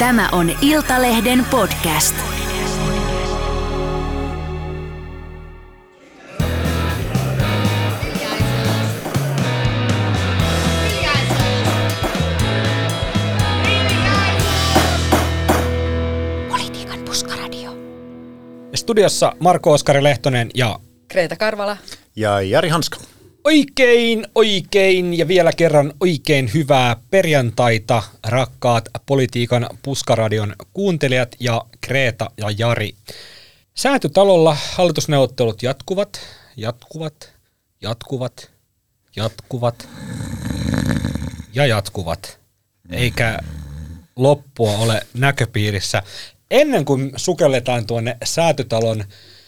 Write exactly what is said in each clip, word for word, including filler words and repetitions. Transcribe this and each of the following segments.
Tämä on Iltalehden podcast. Politiikan puskaradio. Studiossa Marko Oskari Lehtonen ja Kreeta Karvala ja Jari Hanska. Oikein, oikein ja vielä kerran oikein hyvää perjantaita, rakkaat Politiikan puskaradion kuuntelijat ja Kreeta ja Jari. Säätytalolla hallitusneuvottelut jatkuvat, jatkuvat, jatkuvat, jatkuvat ja jatkuvat, eikä loppua ole näköpiirissä. Ennen kuin sukelletaan tuonne Säätytalon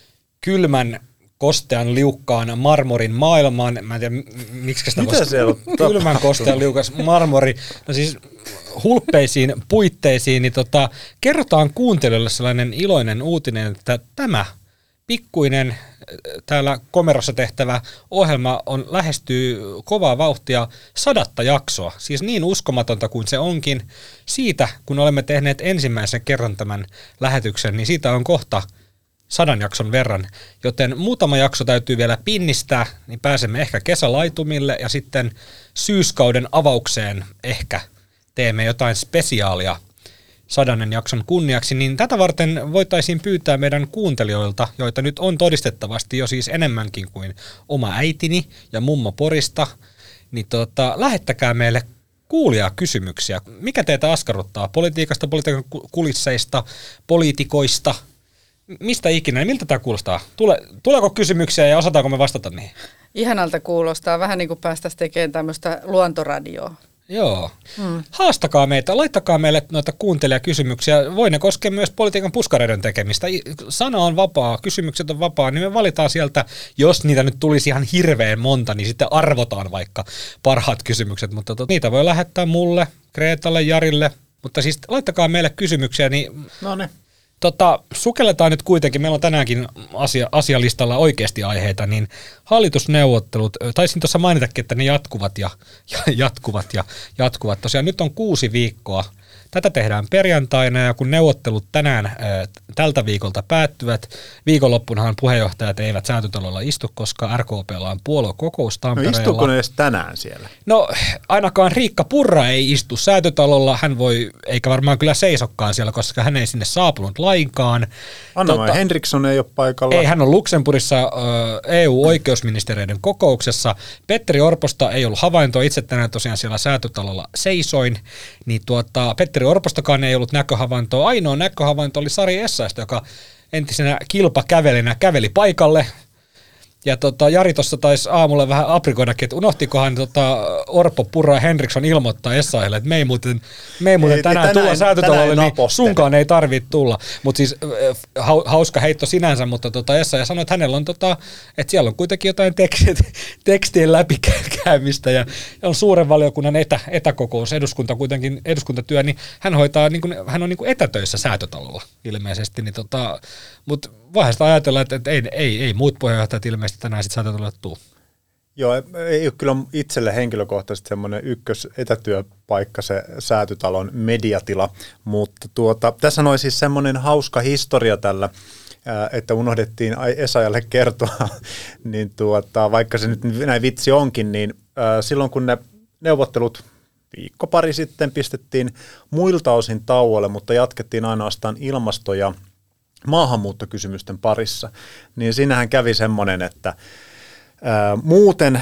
kylmän kostean liukkaan marmorin maailmaan. Mä en tiedä, miksi sitä Mitä se on? Kylmän kostean liukas marmori. No siis hulppeisiin puitteisiin, niin tota, kerrotaan kuuntelijoille sellainen iloinen uutinen, että tämä pikkuinen täällä Komerossa tehtävä ohjelma on lähestyy kovaa vauhtia sadatta jaksoa. Siis niin uskomatonta kuin se onkin. Siitä, kun olemme tehneet ensimmäisen kerran tämän lähetyksen, niin siitä on kohta sadan jakson verran, joten muutama jakso täytyy vielä pinnistää, niin pääsemme ehkä kesälaitumille ja sitten syyskauden avaukseen ehkä teemme jotain spesiaalia sadannen jakson kunniaksi, niin tätä varten voitaisiin pyytää meidän kuuntelijoilta, joita nyt on todistettavasti jo siis enemmänkin kuin oma äitini ja mummo Porista, niin tota, lähettäkää meille kuulijaa kysymyksiä. Mikä teitä askarruttaa? Politiikasta, politiikan kulisseista, poliitikoista? Mistä ikinä? Miltä tämä kuulostaa? Tule, tuleeko kysymyksiä ja osataanko me vastata niihin? Ihanalta kuulostaa. Vähän niin kuin päästäisiin tekemään tämmöistä luontoradioa. Joo. Hmm. Haastakaa meitä, laittakaa meille noita kuuntelijakysymyksiä. Voi ne koskea myös politiikan puskareiden tekemistä. Sana on vapaa, kysymykset on vapaa, niin me valitaan sieltä, jos niitä nyt tulisi ihan hirveän monta, niin sitten arvotaan vaikka parhaat kysymykset. Mutta to, niitä voi lähettää mulle, Kreetalle, Jarille. Mutta siis laittakaa meille kysymyksiä, niin No niin. Tota, sukelletaan nyt kuitenkin, meillä on tänäänkin asia, asialistalla oikeasti aiheita, niin hallitusneuvottelut, taisin tuossa mainitakin, että ne jatkuvat ja, ja jatkuvat ja jatkuvat. Tosiaan nyt on kuusi viikkoa. Tätä tehdään perjantaina ja kun neuvottelut tänään ä, tältä viikolta päättyvät, viikonloppunahan puheenjohtajat eivät Säätytalolla istu, koska R K P:lla on puoluekokous Tampereella. No istuuko ne edes tänään siellä? No ainakaan Riikka Purra ei istu Säätytalolla, hän voi, eikä varmaan kyllä seisokkaan siellä, koska hän ei sinne saapunut lainkaan. Anna-Maja tota, Henriksson ei ole paikalla. Ei, hän on Luxemburgissa äh, E U-oikeusministereiden kokouksessa. Petteri Orposta ei ollut havaintoa, itse tänään tosiaan siellä Säätytalolla seisoin, niin tuota, Petteri Orpostakaan ei ollut näköhavaintoa. Ainoa näköhavainto oli Sari Essayah'sta, joka entisenä kilpakävelinä käveli paikalle. Ja tota, Jari tuossa taisi aamulla vähän aprikoidakin, että unohtikohan tota, Orpo, Purra ja Henriksson ilmoittaa Essayahille, että me ei muuten, me ei muuten ei, tänään, tänään tulla Säätytalolle, niin sunkaan ei tarvitse tulla. Mutta siis hauska heitto sinänsä, mutta tota, Essayah sanoi, että hänellä on, tota, että siellä on kuitenkin jotain tekstien, tekstien läpikäymistä ja on suuren valiokunnan etä, etäkokous, eduskunta kuitenkin, eduskuntatyö, niin hän hoitaa, niin kuin, hän on niin kuin etätöissä Säätytalolla ilmeisesti, niin tota, mutta vaiheesta ajatella, että, että ei, ei, ei muut puheenjohtajat ilmeisesti tänään sitten Säätytalolle tuu. Joo, ei ole kyllä itselle henkilökohtaisesti semmoinen ykkös etätyöpaikka se Säätytalon mediatila, mutta tuota, tässä on siis semmoinen hauska historia tällä, että unohdettiin Essayahlle kertoa, niin tuota, vaikka se nyt näin vitsi onkin, niin silloin kun ne neuvottelut viikko pari sitten pistettiin muilta osin tauolle, mutta jatkettiin ainoastaan ilmasto- ja maahanmuuttokysymysten parissa, niin siinähän kävi semmoinen, että ää, muuten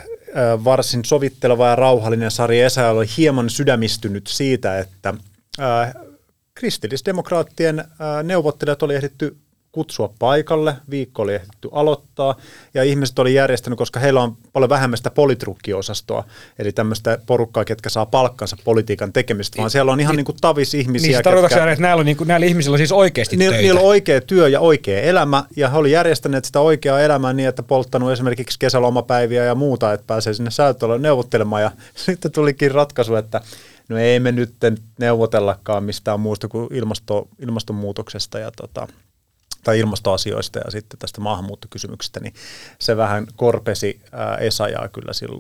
ää, varsin sovitteleva ja rauhallinen Sari Essayah oli hieman sydämistynyt siitä, että ää, kristillisdemokraattien ää, neuvottelijat oli ehditty kutsua paikalle, viikko oli ehditty aloittaa, ja ihmiset oli järjestänyt, koska heillä on paljon vähemmän sitä politrukki-osastoa, eli tämmöistä porukkaa, ketkä saa palkkansa politiikan tekemistä, vaan siellä on ihan niin kuin tavis ihmisiä. Niin se tarkoitatko, että näillä, on, niin kuin, näillä ihmisillä on siis oikeasti niillä, töitä? Niillä on oikea työ ja oikea elämä, ja he oli järjestäneet sitä oikeaa elämää niin, että polttanut esimerkiksi kesälomapäiviä ja muuta, että pääsee sinne Säätytaloon neuvottelemaan, ja sitten tulikin ratkaisu, että no ei me nyt neuvotellakaan mistään muusta kuin ilmasto, ilmastonmuutoksesta ja tota, tai ilmastoasioista ja sitten tästä maahanmuuttokysymyksestä, niin se vähän korpesi ää, Essayahia kyllä silloin.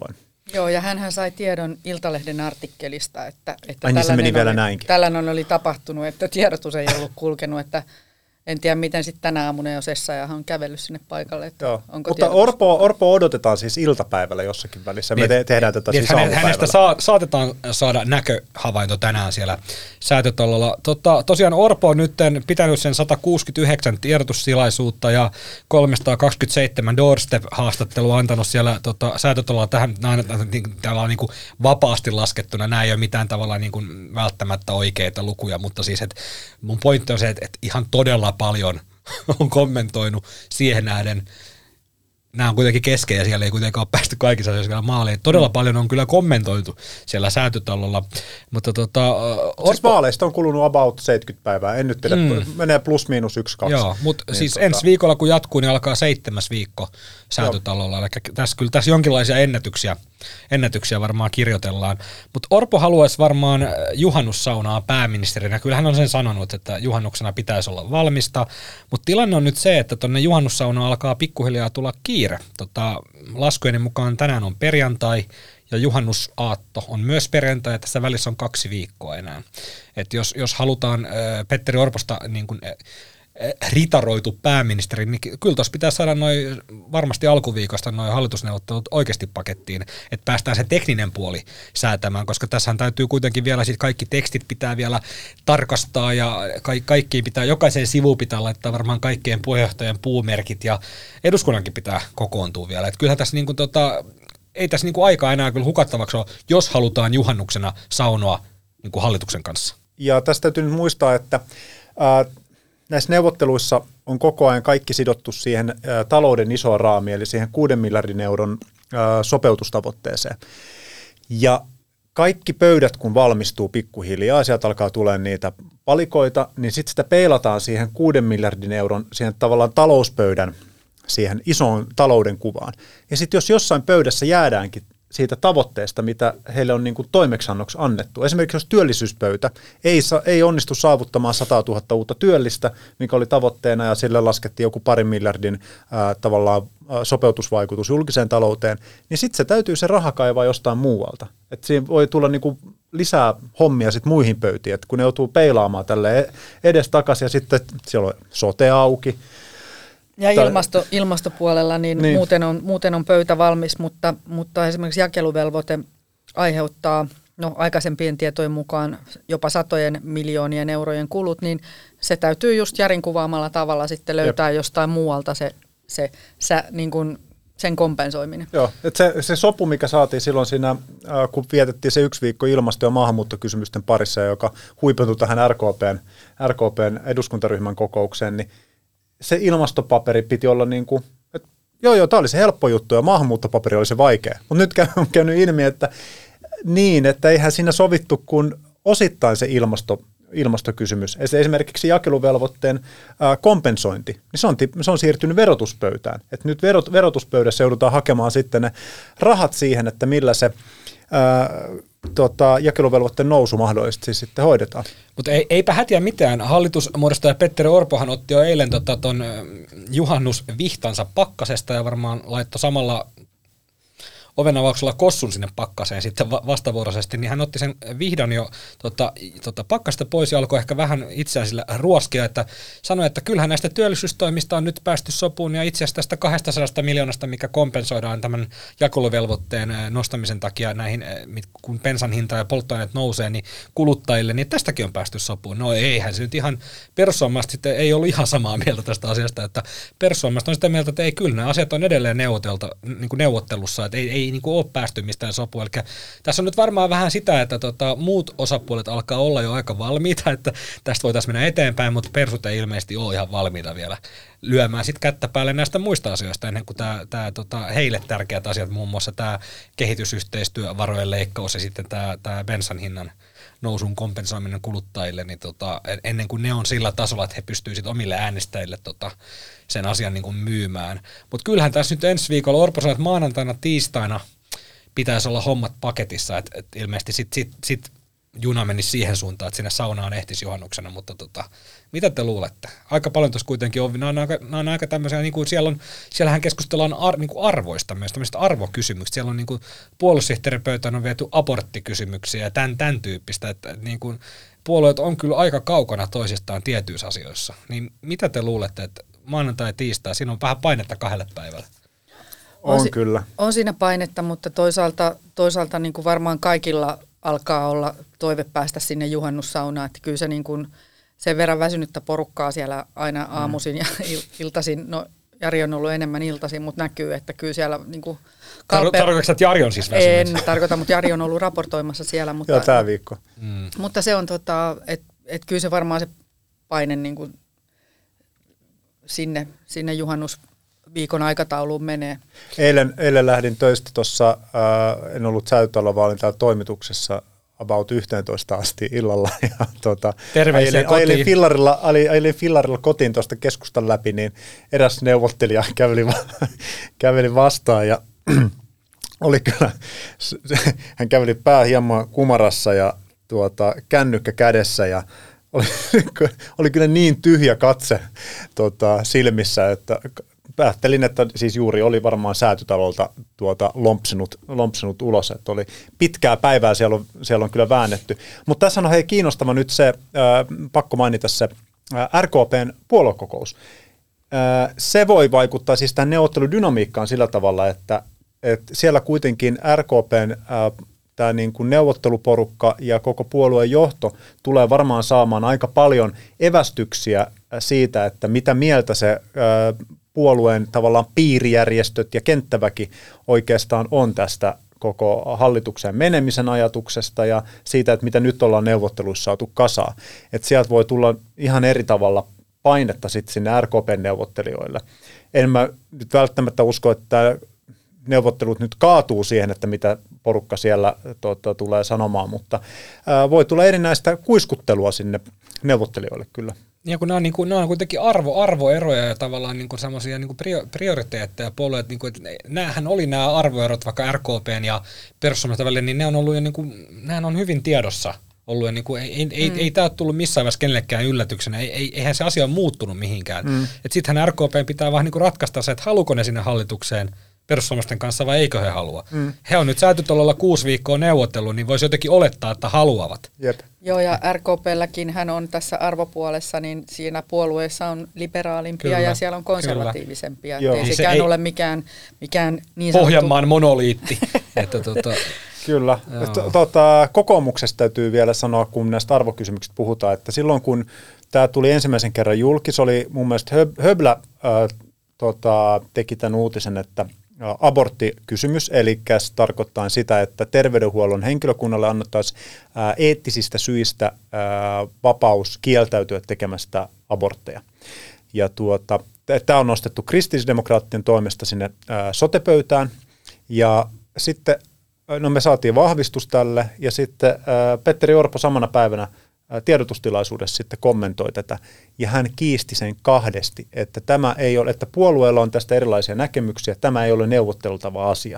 Joo, ja hänhän sai tiedon Iltalehden artikkelista, että, että Ai niin, se meni vielä oli, näinkin. tällainen oli tapahtunut, että tiedotus ei ollut kulkenut, että en tiedä miten sitten tänä aamuna, jos Essayah on kävellyt sinne paikalle. Että Joo. onko Mutta Orpo, Orpo odotetaan siis iltapäivällä jossakin välissä. Me Niin, te- tehdään tätä niin, siis häne, aamupäivällä. hänestä saa, saatetaan saada näköhavainto tänään siellä Säätytalolla. Tota, tosiaan Orpo on nyt pitänyt sen sata kuusikymmentäyhdeksän tiedotustilaisuutta ja kolmesataakaksikymmentäseitsemän doorstep-haastattelua antanut siellä tota, Säätytalolla. Tähän, täällä on niin kuin vapaasti laskettuna. Nämä ei ole mitään tavallaan niin kuin välttämättä oikeita lukuja, mutta siis et mun pointti on se, että et ihan todella paljon on kommentoinut siihen nähden. Nämä on kuitenkin kesken ja siellä ei kuitenkaan ole päästy kaikissa asioissa vielä maaliin. Todella paljon on kyllä kommentoitu siellä Säätytalolla. Mutta tota, Orpo... Siis vaaleista on kulunut about seitsemänkymmentä päivää. En nyt tiedä, mm. menee plus miinus yksi, kaksi. Joo, mutta niin siis tota... ensi viikolla kun jatkuu, niin alkaa seitsemäs viikko Säätytalolla. Eli tässä kyllä tässä jonkinlaisia ennätyksiä, ennätyksiä varmaan kirjoitellaan. Mutta Orpo haluaisi varmaan juhannussaunaa pääministerinä. Kyllä hän on sen sanonut, että juhannuksena pitäisi olla valmista. Mutta tilanne on nyt se, että tuonne juhannussaunaan alkaa pikkuhiljaa tulla kiire. Tota, laskujeni mukaan tänään on perjantai ja juhannusaatto on myös perjantai ja tässä välissä on kaksi viikkoa enää. Et jos, jos halutaan äh, Petteri Orposta niin kun, äh, ritaroitu pääministeri, niin kyllä tuossa pitää saada noi, varmasti alkuviikosta noin hallitusneuvottelut oikeasti pakettiin, että päästään se tekninen puoli säätämään, koska tässähän täytyy kuitenkin vielä sit kaikki tekstit pitää vielä tarkastaa ja ka- kaikkiin pitää, jokaisen sivuun pitää laittaa varmaan kaikkien puheenjohtajan puumerkit ja eduskunnankin pitää kokoontua vielä. Et kyllähän tässä niinku tota, ei tässä niinku aikaa enää kyllä hukattavaksi ole, jos halutaan juhannuksena saunoa niinku hallituksen kanssa. Ja tästä täytyy nyt muistaa, että ää, näissä neuvotteluissa on koko ajan kaikki sidottu siihen ä, talouden isoon raamiin, eli siihen kuuden miljardin euron ä, sopeutustavoitteeseen. Ja kaikki pöydät, kun valmistuu pikkuhiljaa, sieltä alkaa tulemaan niitä palikoita, niin sitten sitä peilataan siihen kuuden miljardin euron, siihen tavallaan talouspöydän, siihen isoon talouden kuvaan. Ja sitten jos jossain pöydässä jäädäänkin siitä tavoitteesta, mitä heille on niin kuin toimeksiannoksi annettu. Esimerkiksi jos työllisyyspöytä ei, sa, ei onnistu saavuttamaan sata tuhatta uutta työllistä, mikä oli tavoitteena, ja sille laskettiin joku parin miljardin ää, tavallaan ää, sopeutusvaikutus julkiseen talouteen, niin sitten se täytyy se raha kaivaa jostain muualta. Et siinä voi tulla niin kuin lisää hommia sit muihin pöytiin, että kun ne joutuu peilaamaan tälle edes takaisin, ja sitten siellä on sote auki. Ja ilmasto, ilmastopuolella niin niin. Muuten, on, muuten on pöytä valmis, mutta, mutta esimerkiksi jakeluvelvoite aiheuttaa no, aikaisempien tietojen mukaan jopa satojen miljoonien eurojen kulut, niin se täytyy just Jarin kuvaamalla tavalla sitten löytää Jep. jostain muualta se, se, se niin kuin sen kompensoiminen. Joo, että se, se sopu, mikä saatiin silloin siinä, kun vietettiin se yksi viikko ilmasto- ja maahanmuuttokysymysten parissa, joka huipentui tähän R K P:n, R K P:n eduskuntaryhmän kokoukseen, niin se ilmastopaperi piti olla niin kuin, että joo joo, tämä oli se helppo juttu ja maahanmuuttopaperi oli se vaikea. Mutta nyt on käynyt ilmi, että niin, että eihän siinä sovittu kuin osittain se ilmasto, ilmastokysymys. Esimerkiksi jakeluvelvoitteen ää, kompensointi, niin se on, se on siirtynyt verotuspöytään. Et nyt verot, verotuspöydässä joudutaan hakemaan sitten ne rahat siihen, että millä se ää, tota, jakeluvelvoitteen nousu mahdollisesti sitten hoidetaan. Mutta ei, eipä hätiä mitään. Hallitusmuodostaja Petteri Orpohan otti jo eilen tota, ton juhannusvihtansa pakkasesta ja varmaan laittoi samalla ovenavauksella kossun sinne pakkaseen sitten vastavuoroisesti, niin hän otti sen vihdan jo tota, tota, pakkasta pois ja alkoi ehkä vähän itseään sillä ruoskia, että sanoi, että kyllähän näistä työllisyystoimista on nyt päästy sopuun ja itse asiassa tästä kaksisataa miljoonasta, mikä kompensoidaan tämän jakeluvelvoitteen nostamisen takia näihin, kun bensan hinta ja polttoaineet nousee, niin kuluttajille, niin tästäkin on päästy sopuun. No eihän se nyt ihan, perussuomalaiset sitten ei ollut ihan samaa mieltä tästä asiasta, että perussuomalaiset on sitä mieltä, että ei kyllä, nämä asiat on edelleen neuvotelta, niin kuin neuvottelussa, että ei, ei niin kuin ole päästy mistään sopuun. Eli tässä on nyt varmaan vähän sitä, että tota, muut osapuolet alkaa olla jo aika valmiita, että tästä voitaisiin mennä eteenpäin, mutta persut ei ilmeisesti ole ihan valmiita vielä lyömään sit kättä päälle näistä muista asioista, ennen kuin tämä, tämä tota, heille tärkeät asiat, muun muassa tämä kehitysyhteistyövarojen leikkaus ja sitten tämä, tämä bensan hinnan nousun kompensoiminen kuluttajille, niin tota, ennen kuin ne on sillä tasolla, että he pystyisivät omille äänestäjille tota, sen asian niin kuin myymään. Mutta kyllähän tässä nyt ensi viikolla, Orpo sanoi, että maanantaina, tiistaina pitäisi olla hommat paketissa, että et ilmeisesti sitten sit, sit juna menisi siihen suuntaan, että sinne saunaan ehtisi juhannuksena, mutta tota, mitä te luulette? Aika paljon tuossa kuitenkin on, nämä on aika, nämä on aika tämmöisiä, niin kuin siellä on, siellähän keskustellaan ar, niin kuin arvoista myös, tämmöistä arvokysymyksistä. Siellä on niin kuin puoluesihteeripöytään on viety aborttikysymyksiä ja tämän, tämän tyyppistä, että niin kuin puolueet on kyllä aika kaukana toisistaan tietyissä asioissa. Niin mitä te luulette, että maanantai ja tiistai, siinä on vähän painetta kahdelle päivälle? On, on kyllä. On siinä painetta, mutta toisaalta, toisaalta niin kuin varmaan kaikilla alkaa olla toive päästä sinne juhannussaunaan, että kyllä se niin kuin sen verran väsynyttä porukkaa siellä aina aamuisin ja iltaisin, no Jari on ollut enemmän iltaisin, mutta näkyy, että kyllä siellä niin kuin kalpe... Tarkoitatko, että Jari on siis väsynyt? En tarkoita, mutta Jari on ollut raportoimassa siellä. Mutta, Joo, tämä viikko. Mm. Mutta se on, tota, että et kyllä se varmaan se paine niin kuin sinne, sinne juhannusviikon aikatauluun menee. Eilen, eilen lähdin töistä tuossa, äh, en ollut Säätytalolla, vaan olin täällä toimituksessa about yhteentoista asti illalla. Ja, tuota, Terveisiä ajelin, kotiin. Ajelin fillarilla, ajelin fillarilla kotiin tuosta keskustan läpi, niin eräs neuvottelija käveli, käveli vastaan ja oli kyllä, hän käveli pää hieman kumarassa ja tuota, kännykkä kädessä ja oli, oli kyllä niin tyhjä katse tuota, silmissä, että päättelin, että siis juuri oli varmaan Säätytalolta tuota, lompsinut, lompsinut ulos, että oli pitkää päivää, siellä on, siellä on kyllä väännetty. Mutta tässä on hei kiinnostava nyt se, ää, pakko mainita se ää, R K P:n puoluekokous. Ää, se voi vaikuttaa siis tämän neuvotteludynamiikkaan sillä tavalla, että, että siellä kuitenkin R K P:n ää, tämä niin kuin neuvotteluporukka ja koko puolueen johto tulee varmaan saamaan aika paljon evästyksiä siitä, että mitä mieltä se ää, puolueen tavallaan piirijärjestöt ja kenttäväki oikeastaan on tästä koko hallitukseen menemisen ajatuksesta ja siitä, että mitä nyt ollaan neuvotteluissa saatu kasaan. Että sieltä voi tulla ihan eri tavalla painetta sitten sinne R K P-neuvottelijoille. En mä nyt välttämättä usko, että tämä neuvottelut nyt kaatuu siihen, että mitä porukka siellä tuota, tulee sanomaan, mutta ää, voi tulla erinäistä kuiskuttelua sinne neuvottelijoille kyllä. Ja kun nämä on, niin kuin, nämä on kuitenkin arvo, arvoeroja ja tavallaan niin semmoisia niin prioriteetteja puolueet, niin kuin, että näähän oli nämä arvoerot vaikka R K P:n ja perussuomalaisten välillä, niin ne on ollut jo, niin kuin, nämähän on hyvin tiedossa ollut, ja niin kuin, ei, ei, mm. ei, ei tämä ole tullut missään vaiheessa kenellekään yllätyksenä, ei, ei, eihän se asia ole muuttunut mihinkään. Mm. Että sittenhän R K P pitää vaan niin kuin ratkaista se, että haluuko ne sinne hallitukseen perussuomalaisten kanssa vai eikö he halua. Mm. He on nyt Säätytalolla kuusi viikkoa neuvotellut, niin voisi jotenkin olettaa, että haluavat. Jep. Joo, ja R K P:lläkin hän on tässä arvopuolessa, niin siinä puolueessa on liberaalimpia kyllä, ja siellä on konservatiivisempia. Ei se sekään ei ole mikään, mikään niin sanottu Pohjanmaan monoliitti. että tuota, kyllä. Tota, kokoomuksesta täytyy vielä sanoa, kun näistä arvokysymyksistä puhutaan, että silloin kun tämä tuli ensimmäisen kerran julki, se oli mun mielestä Höblä äh, tota, teki tämän uutisen, että aborttikysymys, eli se tarkoittaa sitä, että terveydenhuollon henkilökunnalle annettaisiin ää, eettisistä syistä ää, vapaus kieltäytyä tekemästä abortteja. Ja tuota, tämä on nostettu kristillisdemokraattien toimesta sinne ää, sotepöytään, ja sitten no me saatiin vahvistus tälle, ja sitten ää, Petteri Orpo samana päivänä tiedotustilaisuudessa sitten kommentoi tätä, ja hän kiisti sen kahdesti, että tämä ei ole, että puolueella on tästä erilaisia näkemyksiä, tämä ei ole neuvotteltava asia.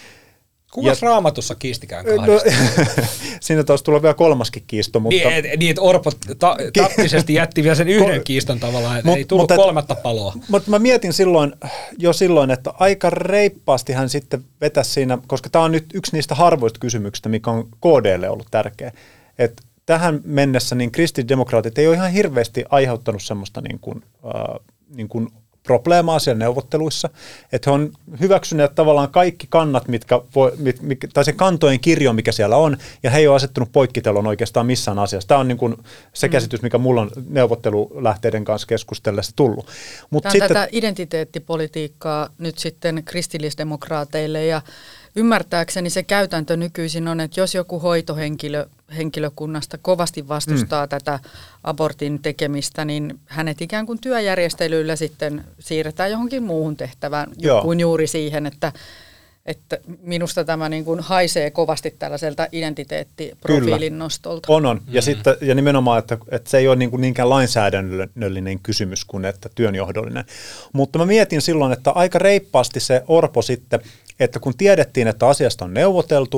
Kukas Raamatussa kiistikään kahdesti? No, siinä taas tulee vielä kolmaskin kiisto, mutta niin, et, niin että Orpo ta- taktisesti jätti vielä sen yhden kiiston tavallaan, että ei tullut mutta, kolmatta paloa. Mutta mä mietin silloin, jo silloin, että aika reippaasti hän sitten vetäisi siinä, koska tämä on nyt yksi niistä harvoista kysymyksistä, mikä on K D:lle ollut tärkeä, että tähän mennessä niin kristillisdemokraatit ei ole ihan hirveästi aiheuttanut semmoista niin kuin, äh, niin kuin probleemaa siellä neuvotteluissa, että he on hyväksyneet tavallaan kaikki kannat, mitkä voi, mit, mit, tai se kantojen kirjo, mikä siellä on, ja he ei ole asettunut poikkitelon oikeastaan missään asiassa. Tämä on niin kuin se käsitys, mikä mulla on neuvottelulähteiden kanssa keskustellessa tullut. Mut Tämä on sitten, tätä identiteettipolitiikkaa nyt sitten kristillisdemokraateille, ja ymmärtääkseni se käytäntö nykyisin on, että jos joku hoitohenkilö henkilökunnasta kovasti vastustaa mm. tätä abortin tekemistä, niin hänet ikään kuin työjärjestelyillä sitten siirretään johonkin muuhun tehtävään Joo. kuin juuri siihen, että, että minusta tämä niin kuin haisee kovasti tällaiselta identiteettiprofiilin Kyllä. nostolta. On, on. Mm. Ja, sitten, ja nimenomaan, että, että se ei ole niin kuin niinkään lainsäädännöllinen kysymys kuin että työnjohdollinen. Mutta mä mietin silloin, että aika reippaasti se Orpo sitten, että kun tiedettiin, että asiasta on neuvoteltu,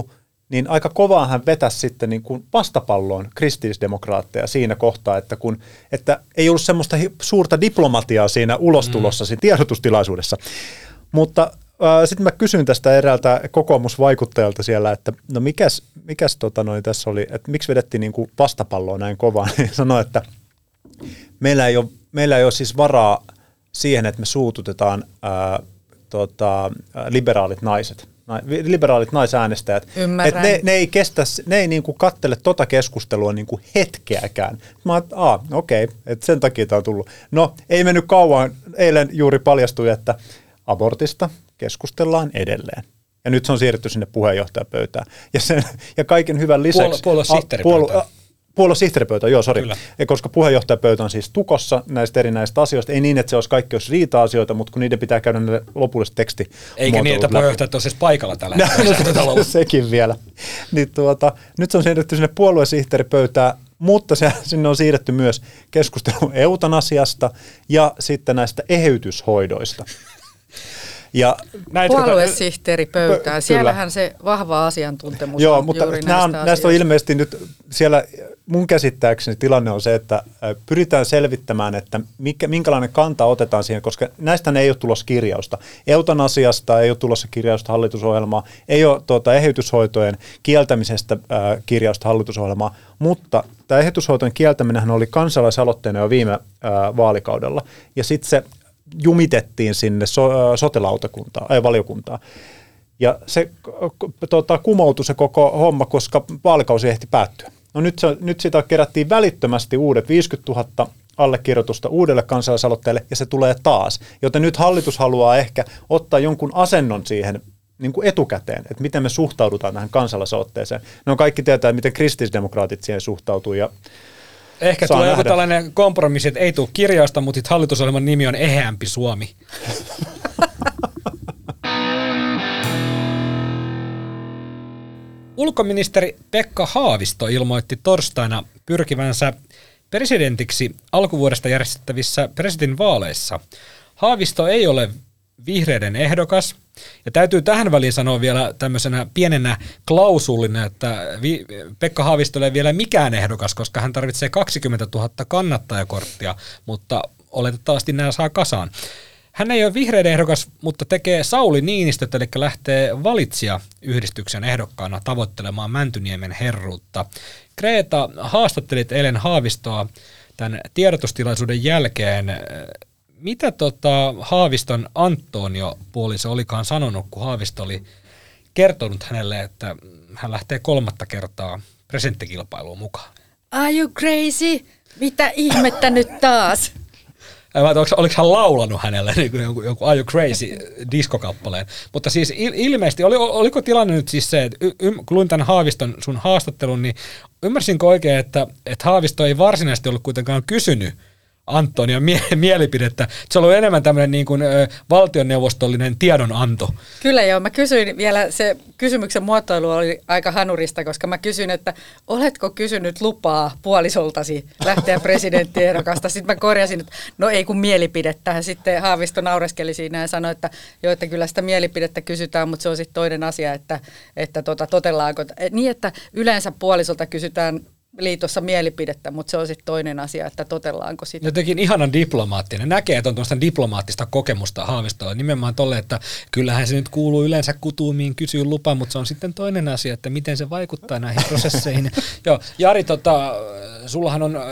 niin aika kovaa hän vetäisi sitten niin kuin vastapalloon kristillisdemokraatteja siinä kohtaa, että, kun, että ei ollut semmoista suurta diplomatiaa siinä ulostulossa, mm. siinä tiedotustilaisuudessa. Mutta äh, sitten mä kysyin tästä eräältä kokoomusvaikuttajalta siellä, että no mikäs, mikäs tota noin tässä oli, että miksi vedettiin niin kuin vastapalloa näin kovaa, niin sanoi, että meillä ei ole, meillä ei ole siis varaa siihen, että me suututetaan ää, tota, liberaalit naiset, liberaalit naisäänestäjät. Että ne, ne ei kestä, ne ei niinku kattele tota keskustelua niinku hetkeäkään. Mä oon, aa, okei, okay, että sen takia tämä on tullut. No, ei mennyt kauan, eilen juuri paljastui, että abortista keskustellaan edelleen. Ja nyt se on siirretty sinne puheenjohtajapöytään. Ja, sen, ja kaiken hyvän lisäksi... Puoluesihteeripöytään. Puoluesihteeripöytä, joo, sori. Ja koska puheenjohtajapöytä on siis tukossa näistä erinäistä asioista, ei niin, että se olisi kaikki olisi riita-asioita, mutta kun niiden pitää käydä ne lopulliset teksti. Eikä niin, että puheenjohtajat on siis paikalla tällä hetkellä. No, sekin vielä. Niin, tuota, nyt se on siirretty sinne puoluesihteeripöytään, mutta se, sinne on siirretty myös keskustelu eutanasiasta ja sitten näistä eheytyshoidoista. Ja puoluesihteeri pöytään. Siellähän se vahva asiantuntemus Joo, on mutta juuri nämä on, näistä on ilmeisesti nyt siellä mun käsittääkseni tilanne on se, että pyritään selvittämään, että mikä, minkälainen kanta otetaan siihen, koska näistä ei ole tulossa kirjausta. Eutanasiasta ei ole tulossa kirjausta hallitusohjelmaa, ei ole tuota, eheytyshoitojen kieltämisestä ää, kirjausta hallitusohjelmaa, mutta tämä eheytyshoitojen kieltäminenhän oli kansalaisaloitteena jo viime ää, vaalikaudella, ja sitten se jumitettiin sinne so, sote-lautakuntaan, ei valiokuntaan. Ja se tota, kumoutui se koko homma, koska vaalikausi ehti päättyä. No nyt, se, nyt sitä kerättiin välittömästi uudet viisikymmentätuhatta allekirjoitusta uudelle kansalaisaloitteelle, ja se tulee taas. Joten nyt hallitus haluaa ehkä ottaa jonkun asennon siihen niin kuin etukäteen, että miten me suhtaudutaan tähän kansalaisaloitteeseen. No kaikki tietää, miten kristillisdemokraatit siihen suhtautuu, ja ehkä tulee nähdä joku tällainen kompromissi, että ei tule kirjausta, mutta hallitusohjelman nimi on Eheämpi Suomi. Ulkoministeri Pekka Haavisto ilmoitti torstaina pyrkivänsä presidentiksi alkuvuodesta järjestettävissä presidentinvaaleissa. Haavisto ei ole vihreiden ehdokas, ja täytyy tähän väliin sanoa vielä tämmöisenä pienenä klausulina, että Pekka Haavisto ei ole vielä mikään ehdokas, koska hän tarvitsee kaksikymmentätuhatta kannattajakorttia, mutta oletettavasti nämä saa kasaan. Hän ei ole vihreiden ehdokas, mutta tekee Sauli Niinistöt, eli lähtee valitsijayhdistyksen ehdokkaana tavoittelemaan Mäntyniemen herruutta. Kreta, haastattelit eilen Haavistoa tämän tiedotustilaisuuden jälkeen. Mitä tota Haaviston Antonio puoliso olikaan sanonut, kun Haavisto oli kertonut hänelle, että hän lähtee kolmatta kertaa presidenttikilpailuun mukaan? Are you crazy? Mitä ihmettä nyt taas? Oliko, oliko hän laulanut hänelle niin kuin jonkun, jonkun Are You Crazy diskokappaleen? Mutta siis il, ilmeisesti, oli, oliko tilanne nyt siis se, että y, y, kun luin tämän Haaviston sun haastattelun, niin ymmärsinkö oikein, että, että Haavisto ei varsinaisesti ollut kuitenkaan kysynyt Antonion mie- mielipidettä. Se on ollut enemmän tämmöinen niin kuin, ö, valtionneuvostollinen tiedonanto. Kyllä joo. Mä kysyin vielä, se kysymyksen muotoilu oli aika hanurista, koska mä kysyin, että oletko kysynyt lupaa puolisoltasi lähteä presidenttiehdokasta? Sitten mä korjasin, että no ei kun mielipidettä. Sitten Haavisto naureskeli siinä ja sanoi, että joo, että kyllä sitä mielipidettä kysytään, mutta se on sitten toinen asia, että, että tota, totellaanko. Niin, että yleensä puolisolta kysytään liitossa mielipidettä, mutta se on sitten toinen asia, että totellaanko sitä. Jotenkin ihanan diplomaattinen. Näkee, että on tuosta diplomaattista kokemusta Haavistolla. Nimenomaan tolle, että kyllähän se nyt kuuluu yleensä kutuumiin kysyä lupa, mutta se on sitten toinen asia, että miten se vaikuttaa näihin prosesseihin. Joo, Jari, tota, sullahan on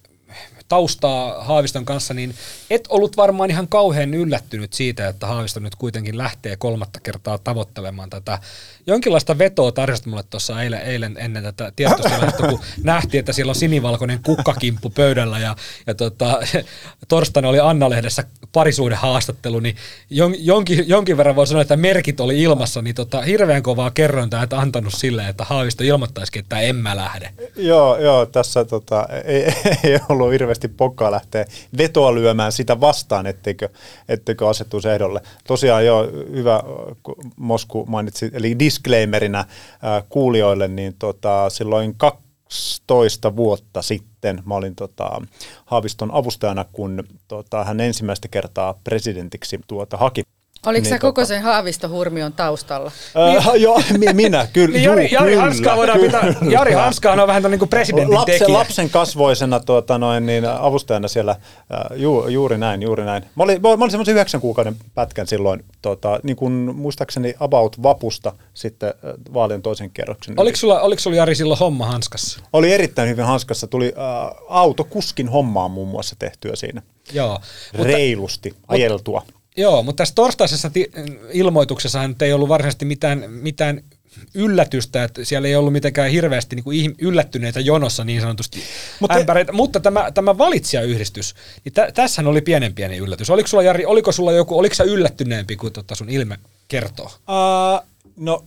taustaa Haaviston kanssa, niin et ollut varmaan ihan kauhean yllättynyt siitä, että Haavisto nyt kuitenkin lähtee kolmatta kertaa tavoittelemaan tätä. Jonkinlaista vetoa tarjosit mulle tuossa eilen, eilen ennen tätä tiedotustilaisuutta, kun nähtiin, että siellä on sinivalkoinen kukkakimppu pöydällä ja, ja tota, torstaina oli Anna-lehdessä parisuuden haastattelu, niin jon, jonkin, jonkin verran voi sanoa, että merkit oli ilmassa, niin tota, hirveän kovaa kerrointaa, että antanut silleen, että Haavisto ilmoittaisikin, että en mä lähde. Joo, joo tässä tota, ei, ei ollut hirveästi pokkaa lähteä vetoa lyömään sitä vastaan, etteikö, etteikö asettuisi ehdolle. Tosiaan joo, hyvä Mosku mainitsi, eli disclaimerina äh, kuulijoille, niin tota, silloin kaksitoista vuotta sitten mä olin tota, Haaviston avustajana, kun tota, hän ensimmäistä kertaa presidentiksi tuota, haki. Oliko niin sä koko tota... sen Haavisto-hurmion taustalla? Uh, joo, minä, kyllä. Niin Jari, Jari, kyllä, Hanskaa voidaan kyllä. pitää, Jari Hanskahan on vähän niin kuin presidentin Lapsen, tekijä. lapsen kasvoisena tuota, noin, niin, avustajana siellä, uh, ju, juuri näin, juuri näin. Mä olin, mä olin semmoisen yhdeksän kuukauden pätkän silloin, tuota, niin kuin muistaakseni about vapusta sitten uh, vaalien toisen kerroksen. Oliko sulla, oliko sulla Jari silloin homma hanskassa? Oli erittäin hyvin hanskassa. Tuli uh, autokuskin hommaa muun muassa tehtyä siinä. Joo. Reilusti mutta, ajeltua. Mutta, joo, mutta tässä torstaisessa ti- ilmoituksessa nyt ei ollut varsinaisesti mitään, mitään yllätystä, että siellä ei ollut mitenkään hirveästi niin kuin yllättyneitä jonossa niin sanotusti mutta, ämpäreitä, mutta tämä, tämä valitsijayhdistys, niin tä, tässähän oli pienen pieni yllätys. Oliko sulla, Jari, oliko sulla joku, oliko sä yllättyneempi kuin tota sun ilme kertoo? Uh, no,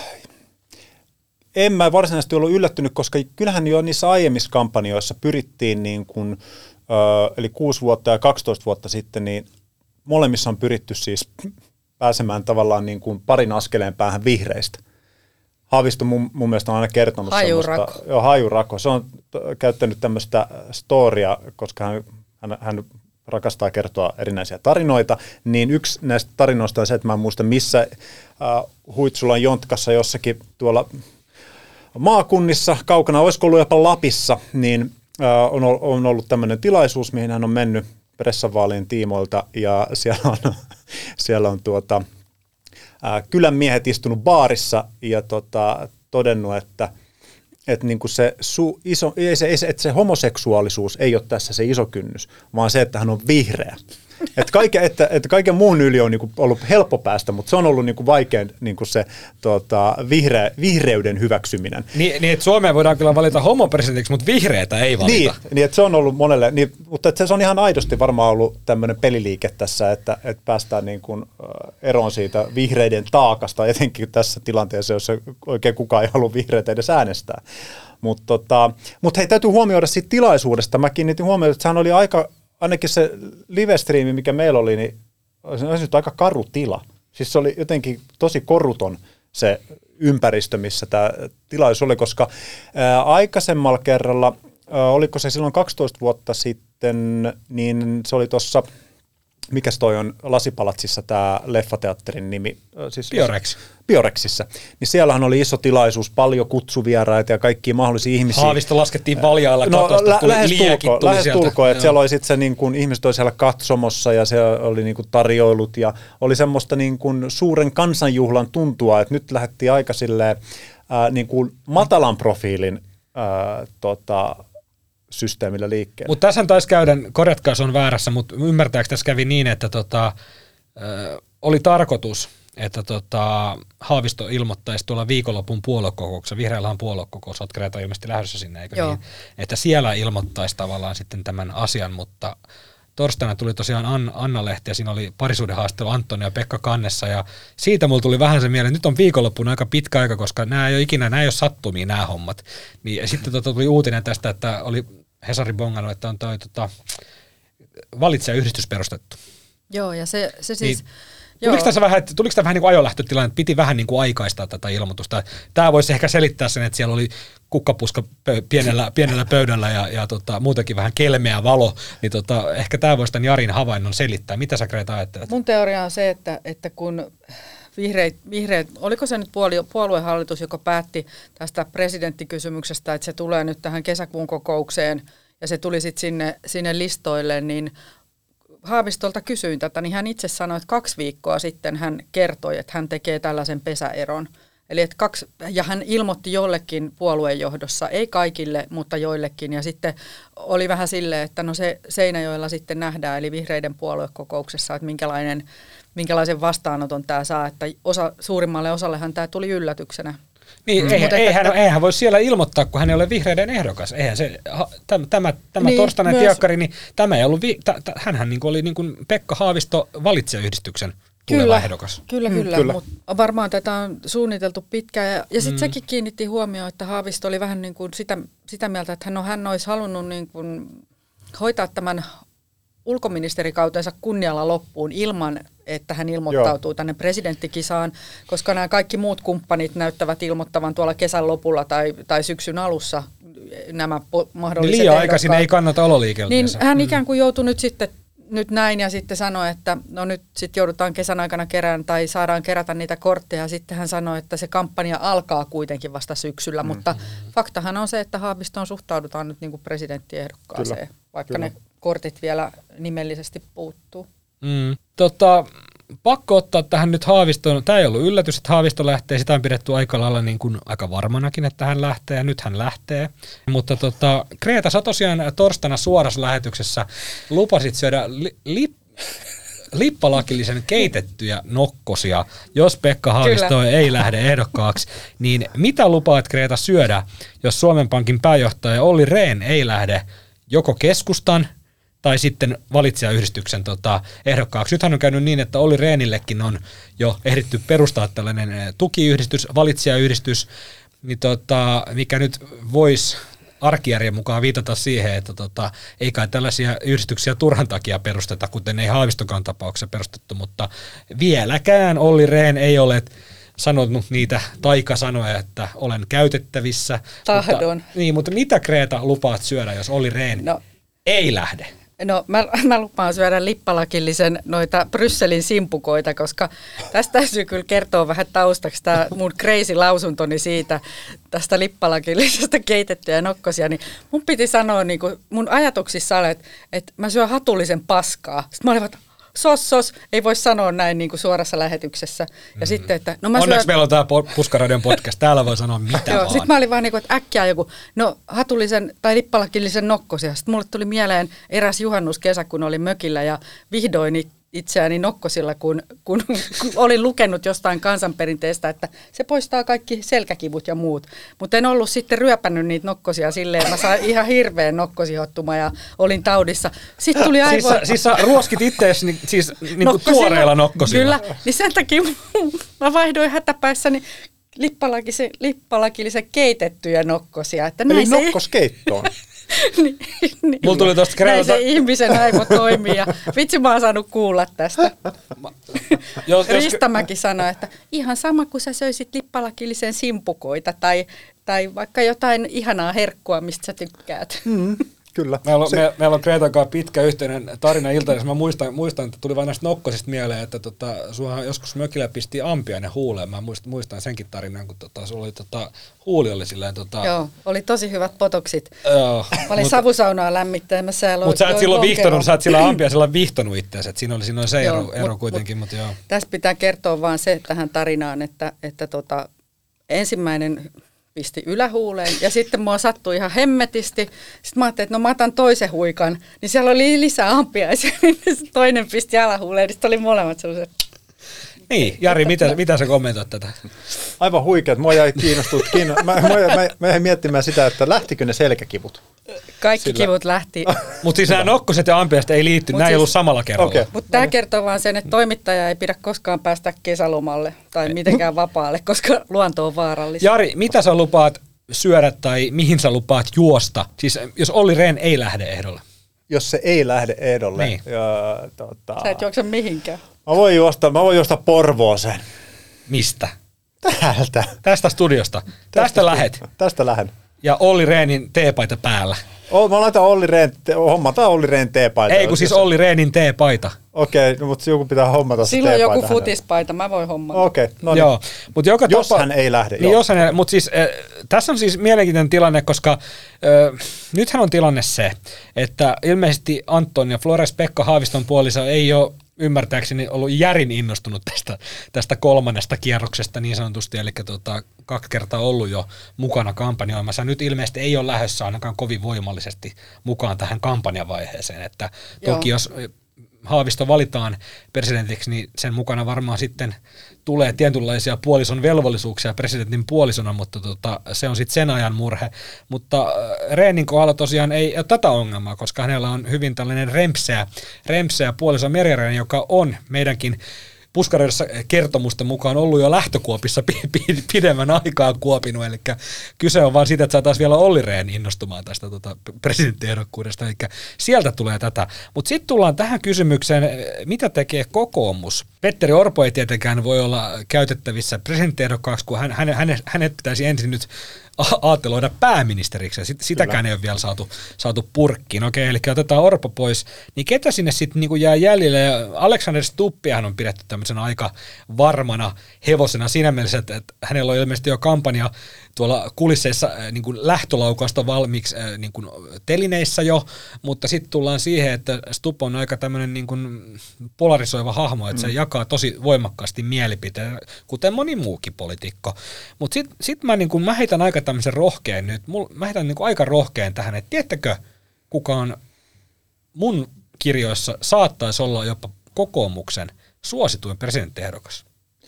en mä varsinaisesti ollut yllättynyt, koska kyllähän jo niissä aiemmissa kampanjoissa pyrittiin niin kuin, uh, eli kuusi vuotta ja kaksitoista vuotta sitten, niin molemmissa on pyritty siis pääsemään tavallaan niin kuin parin askeleen päähän vihreistä. Haavisto mun, mun mielestä on aina kertonut hajurako. semmoista. Joo, hajurako. Se on t- käyttänyt tämmöistä storia, koska hän, hän, hän rakastaa kertoa erinäisiä tarinoita, niin yksi näistä tarinoista on se, että mä en muista missä äh, Huitsulan Jontkassa jossakin tuolla maakunnissa kaukana, olisiko ollut jopa Lapissa, niin äh, on, on ollut tämmöinen tilaisuus, mihin hän on mennyt pressavaalien tiimoilta, ja siellä on, siellä on tuota, ää, kylän miehet istunut baarissa ja tota, todennut, että et niinku se, su, iso, ei se, ei se, että se homoseksuaalisuus ei ole tässä se iso kynnys, vaan se, että hän on vihreä. Että kaiken, että, että kaiken muun yli on niinku ollut helppo päästä, mutta se on ollut niinku vaikein niinku se tota, vihreä, vihreyden hyväksyminen. Niin, niin että Suomeen voidaan kyllä valita homopresidentiksi, mutta vihreätä ei valita. Niin, niin että se on ollut monelle, niin, mutta että se on ihan aidosti varmaan ollut tämmöinen peliliike tässä, että, että päästään niin kuin eroon siitä vihreiden taakasta, etenkin tässä tilanteessa, jossa oikein kukaan ei halua vihreitä edes äänestää. Mutta tota, mut hei, täytyy huomioida siitä tilaisuudesta. Mä kiinnitin huomioon, että sehän oli aika, ainakin se live-striimi, mikä meillä oli, niin se oli aika karu tila. Siis se oli jotenkin tosi koruton se ympäristö, missä tämä tilaisuus oli, koska ää, aikaisemmalla kerralla, ää, oliko se silloin kaksitoista vuotta sitten, niin se oli tuossa, mikäs toi on, Lasipalatsissa tämä leffateatterin nimi? Siis Biorex. Biorexissa. Niin siellähän oli iso tilaisuus, paljon kutsuvieraita ja kaikkia mahdollisia ihmisiä. Haavisto laskettiin valjailla no, katosta, lä- tuli lähes liekit tulko, tuli lähes sieltä. tulko, että siellä oli sitten se niin kuin, ihmiset oli siellä katsomossa ja siellä oli niin kuin tarjoilut ja oli semmoista niin kuin suuren kansanjuhlan tuntua, että nyt lähdettiin aika silleen ää, niin kuin matalan profiilin ää, tota, systeemillä liikkeelle. Mutta tässä taisi käydä, korjatkaa se on väärässä, mutta ymmärtääkö tässä kävi niin, että tota, ö, oli tarkoitus, että tota, Haavisto ilmoittaisi tuolla viikonlopun puoluekokouksessa, vihreällä on puoluekokous, olet Greta ilmeisesti lähdössä sinne, eikö Joo. niin, että siellä ilmoittaisi tavallaan sitten tämän asian, mutta torstaina tuli tosiaan Anna-lehti ja siinä oli parisuudenhaastelu Antoni ja Pekka Kannessa ja siitä mulla tuli vähän se mieleen, että nyt on viikonloppuun aika pitkä aika, koska nämä ei ole ikinä, nämä ei ole sattumia nämä hommat. Niin, ja sitten tota, tuli uutinen tästä, että oli Hesari bongannut, että on toi tota, valitsijayhdistys perustettu. Joo, ja se, se siis... Niin, tuliko tässä vähän, tuliko tämä vähän niin kuin ajolähtötilanne, että piti vähän niin kuin aikaistaa tätä ilmoitusta? Tämä voisi ehkä selittää sen, että siellä oli kukkapuska pö- pienellä, pienellä pöydällä ja, ja tota, muutenkin vähän kelmeä valo, niin tota, ehkä tämä voisi tämän Jarin havainnon selittää. Mitä sä, Greta, ajattelet? Mun teoria on se, että, että kun vihreät, vihreät, oliko se nyt puoluehallitus, joka päätti tästä presidenttikysymyksestä, että se tulee nyt tähän kesäkuun kokoukseen ja se tuli sitten sinne, sinne listoille, niin Haavistolta kysyin tätä, niin hän itse sanoi, että kaksi viikkoa sitten hän kertoi, että hän tekee tällaisen pesäeron. Eli että kaksi, ja hän ilmoitti jollekin puoluejohdossa, ei kaikille, mutta joillekin. Ja sitten oli vähän silleen, että no se Seinäjoella sitten nähdään, eli vihreiden puoluekokouksessa, että minkälainen, minkälaisen vastaanoton tämä saa. Että osa, suurimmalle osallehan tämä tuli yllätyksenä. Niin, Mm. eihän, Mutta eihän, että, eihän voi siellä ilmoittaa, kun hän ei ole vihreiden ehdokas. Eihän se, ha, tämä tämä, tämä Niin, torstainen myös- tiekkari, niin tämä ei ollut, vi, t, t, hänhän niin kuin oli niin kuin Pekka Haavisto valitsijayhdistyksen tuleva Kyllä, ehdokas. kyllä, Mm, kyllä. kyllä. Mutta varmaan tätä on suunniteltu pitkään. Ja, ja sitten Mm. sekin kiinnitti huomioon, että Haavisto oli vähän niin kuin sitä, sitä mieltä, että hän, on, hän olisi halunnut niin kuin hoitaa tämän ulkoministerikautensa kunnialla loppuun ilman, että hän ilmoittautuu Joo. tänne presidenttikisaan, koska nämä kaikki muut kumppanit näyttävät ilmoittavan tuolla kesän lopulla tai, tai syksyn alussa nämä po- mahdolliset Niin liian aikaisin ehdokkaat. ei kannata Niin ololiikelteensä. hän ikään kuin joutui nyt sitten nyt näin ja sitten sanoi, että no nyt sitten joudutaan kesän aikana kerään tai saadaan kerätä niitä kortteja. Sitten hän sanoi, että se kampanja alkaa kuitenkin vasta syksyllä, mm. mutta faktahan on se, että Haavistoon suhtaudutaan nyt niin kuin presidenttiehdokkaaseen, Kyllä. vaikka Kyllä. ne kortit vielä nimellisesti puuttuu. Mm. Tota, pakko ottaa tähän nyt Haavistoon. Tämä ei ollut yllätys, että Haavisto lähtee. Sitä on pidetty aika lailla niin kuin aika varmanakin, että hän lähtee ja nyt hän lähtee. Mutta tota, Greta, sä tosiaan torstaina suorassa lähetyksessä lupasit syödä li- li- lippalakillisen keitettyjä nokkosia, jos Pekka Haavisto Kyllä. ei lähde ehdokkaaksi. Niin mitä lupaat Greta syödä, jos Suomen Pankin pääjohtaja Olli Rehn ei lähde joko keskustan tai sitten valitsijayhdistyksen tota, ehdokkaaksi. Nythän on käynyt niin, että Olli Rehnillekin on jo ehditty perustaa tällainen tukiyhdistys, valitsijayhdistys, niin tota, mikä nyt voisi arkijärjen mukaan viitata siihen, että tota, ei kai tällaisia yhdistyksiä turhan takia perusteta, kuten ei Haavistokaan tapauksessa perustettu, mutta vieläkään Olli Rehn ei ole sanonut niitä taikasanoja, että olen käytettävissä. Tahdon. Mutta, niin, mutta mitä Greta lupaat syödä, jos Olli Rehn no. ei lähde? No mä, mä lupaan syödä lippalakillisen noita Brysselin simpukoita, koska tästä täytyy kyllä kertoa vähän taustaksi tämä mun crazy lausuntoni siitä tästä lippalakillisesta keitettyjä nokkosia, niin mun piti sanoa, niin kuin mun ajatuksissa oli, että, että mä syön hatullisen paskaa. Sitten mä olin, että sos, sos, ei voi sanoa näin niin kuin suorassa lähetyksessä. Ja mm. sitten, että no mä Onneksi syön... meillä on tämä Puskaradion podcast, täällä voi sanoa mitä Joo, vaan. Sitten mä olin vaan niin kuin, että äkkiä joku, no hatullisen tai lippalakillisen nokkosia. Sitten mulle tuli mieleen eräs juhannuskesä, kun olin mökillä ja vihdoin itseäni nokkosilla, kun, kun, kun olin lukenut jostain kansanperinteestä, että se poistaa kaikki selkäkivut ja muut. Mutta en ollut sitten ryöpännyt niitä nokkosia silleen, mä sain ihan hirveän nokkosihottuma ja olin taudissa. Sitten tuli aivoin... Siis sä, siis sä ruoskit itseäsi ni, siis niin kuin tuoreilla nokkosilla. Kyllä, niin sen takia mä vaihdoin hätäpäissäni lippalakillisen, lippalakillisen keitettyjä nokkosia. Että Eli nokkoskeittoon. niin, niin. Mulla tuli tosta Näin se ihmisen aivo toimii ja vitsi mä oon saanut kuulla tästä. jos, Ristamäki sanoi, että ihan sama kuin sä söisit lippalakillisen simpukoita tai, tai vaikka jotain ihanaa herkkua, mistä sä tykkäät. Mm. Kyllä. Meillä on, se... me, meillä on Gretan kanssa pitkä yhteinen tarina iltaisessa. Mä muistan, muistan, että tuli vain näistä nokkosista mieleen, että tota, suahan joskus mökillä pisti ampiainen huuleen. Mä muistan, muistan senkin tarinan, kun tota, sulla oli tota, huuli oli silleen... Tota... Joo, oli tosi hyvät potoksit. Joo. Mä olin mutta, savusaunaa lämmittämässä. Mutta sä et silloin vihtonut, sä et sillä ampiaisella vihtonut itseäsi. Siinä oli, siinä oli se ero, joo, ero mut, kuitenkin, mutta joo. Tässä pitää kertoa vaan se tähän tarinaan, että, että tota, ensimmäinen... pisti ylähuuleen ja sitten mua sattui ihan hemmetisti. Sitten mä ajattelin, että no mä otan toisen huikan, niin siellä oli lisää ampiaisia. Toinen pisti alahuuleen, niin sitten oli molemmat sellaiset. Niin, Jari, mitä, mitä sä kommentoit tätä? Aivan huikeat. Mua jäi kiinnostunut. Kiinno... Mä, mä, mä, mä jäin miettimään sitä, että lähtikö ne selkäkivut? Kaikki Sillä... kivut lähti. Mutta siis nämä nokkoset ja ampiaiset ei liitty, nämä siis... ei ollut samalla kerralla. Okay. Mutta tämä kertoo vaan sen, että toimittaja ei pidä koskaan päästä kesälomalle tai mitenkään vapaalle, koska luonto on vaarallista. Jari, mitä sä lupaat syödä tai mihin sä lupaat juosta? Siis jos Olli Rehn ei lähde ehdolle. Jos se ei lähde ehdolle. Niin. Ja, tota... Sä et juokse mihinkään. Mä voin juosta, mä voin juosta Porvooseen. Mistä? Täältä. Tästä studiosta. Tästä, tästä lähet. Tästä lähden. Ja Olli Rehnin teepaita päällä. O, mä laitan Olli Rehn, hommataan Olli Rehn teepaita. Ei kun siis Olli Rehnin teepaita. Okei, okay, no, mutta joku pitää hommata se Silloin teepaita. Silloin joku futispaita, mä voin hommata. Okei, okay, no niin. Joo, mut joka jos tapa, hän ei lähde. Niin jos hän, mutta siis äh, tässä on siis mielenkiintoinen tilanne, koska äh, nythän on tilanne se, että ilmeisesti Anton ja Flores Pekka Haaviston puoliso ei ole ymmärtääkseni ollut järin innostunut tästä, tästä kolmannesta kierroksesta niin sanotusti, eli tota, kaksi kertaa ollut jo mukana kampanjoimassa. Nyt ilmeisesti ei ole lähdössä ainakaan kovin voimallisesti mukaan tähän kampanjavaiheeseen, että toki Joo. jos Haavisto valitaan presidentiksi, niin sen mukana varmaan sitten tulee tietynlaisia puolison velvollisuuksia presidentin puolisona, mutta tota, se on sitten sen ajan murhe. Mutta Rehnin kohdalla tosiaan ei ole tätä ongelmaa, koska hänellä on hyvin tällainen rempseä, rempseä puoliso Merja Rehn, joka on meidänkin Puskaradiossa kertomusten mukaan ollut jo lähtökuopissa pidemmän aikaa kuopinut, eli kyse on vaan siitä, että saataisiin vielä Olli Rehn innostumaan tästä tota, presidenttiehdokkuudesta, eli sieltä tulee tätä. Mutta sitten tullaan tähän kysymykseen, mitä tekee kokoomus. P Petteri Orpo ei tietenkään voi olla käytettävissä presidenttiehdokkaaksi, kun hän, hänet, hänet, hänet pitäisi ensin nyt aateloida pääministeriksi, ja sit, sitäkään ei ole vielä saatu, saatu purkkiin. Okei, eli otetaan Orpo pois, niin ketä sinne sitten niinku jää jäljelle? Ja Alexander Stubbihan on pidetty tämmöisenä aika varmana hevosena siinä mielessä, että, että hänellä on ilmeisesti jo kampanja tuolla kulisseissa äh, niin kuin lähtölaukausta valmiiksi äh, niin kuin telineissä jo, mutta sitten tullaan siihen, että Stubb on aika tämmöinen niin kuin polarisoiva hahmo, että mm. se jakaa tosi voimakkaasti mielipiteen, kuten moni muukin poliitikko. Mutta sitten sit mä, niin kuin, mä heitän aika tämmöisen rohkean nyt, Mul, mä heitän niin kuin aika rohkean tähän, että tiedättekö, kuka on mun kirjoissa saattaisi olla jopa kokoomuksen suosituin presidenttiehdokas?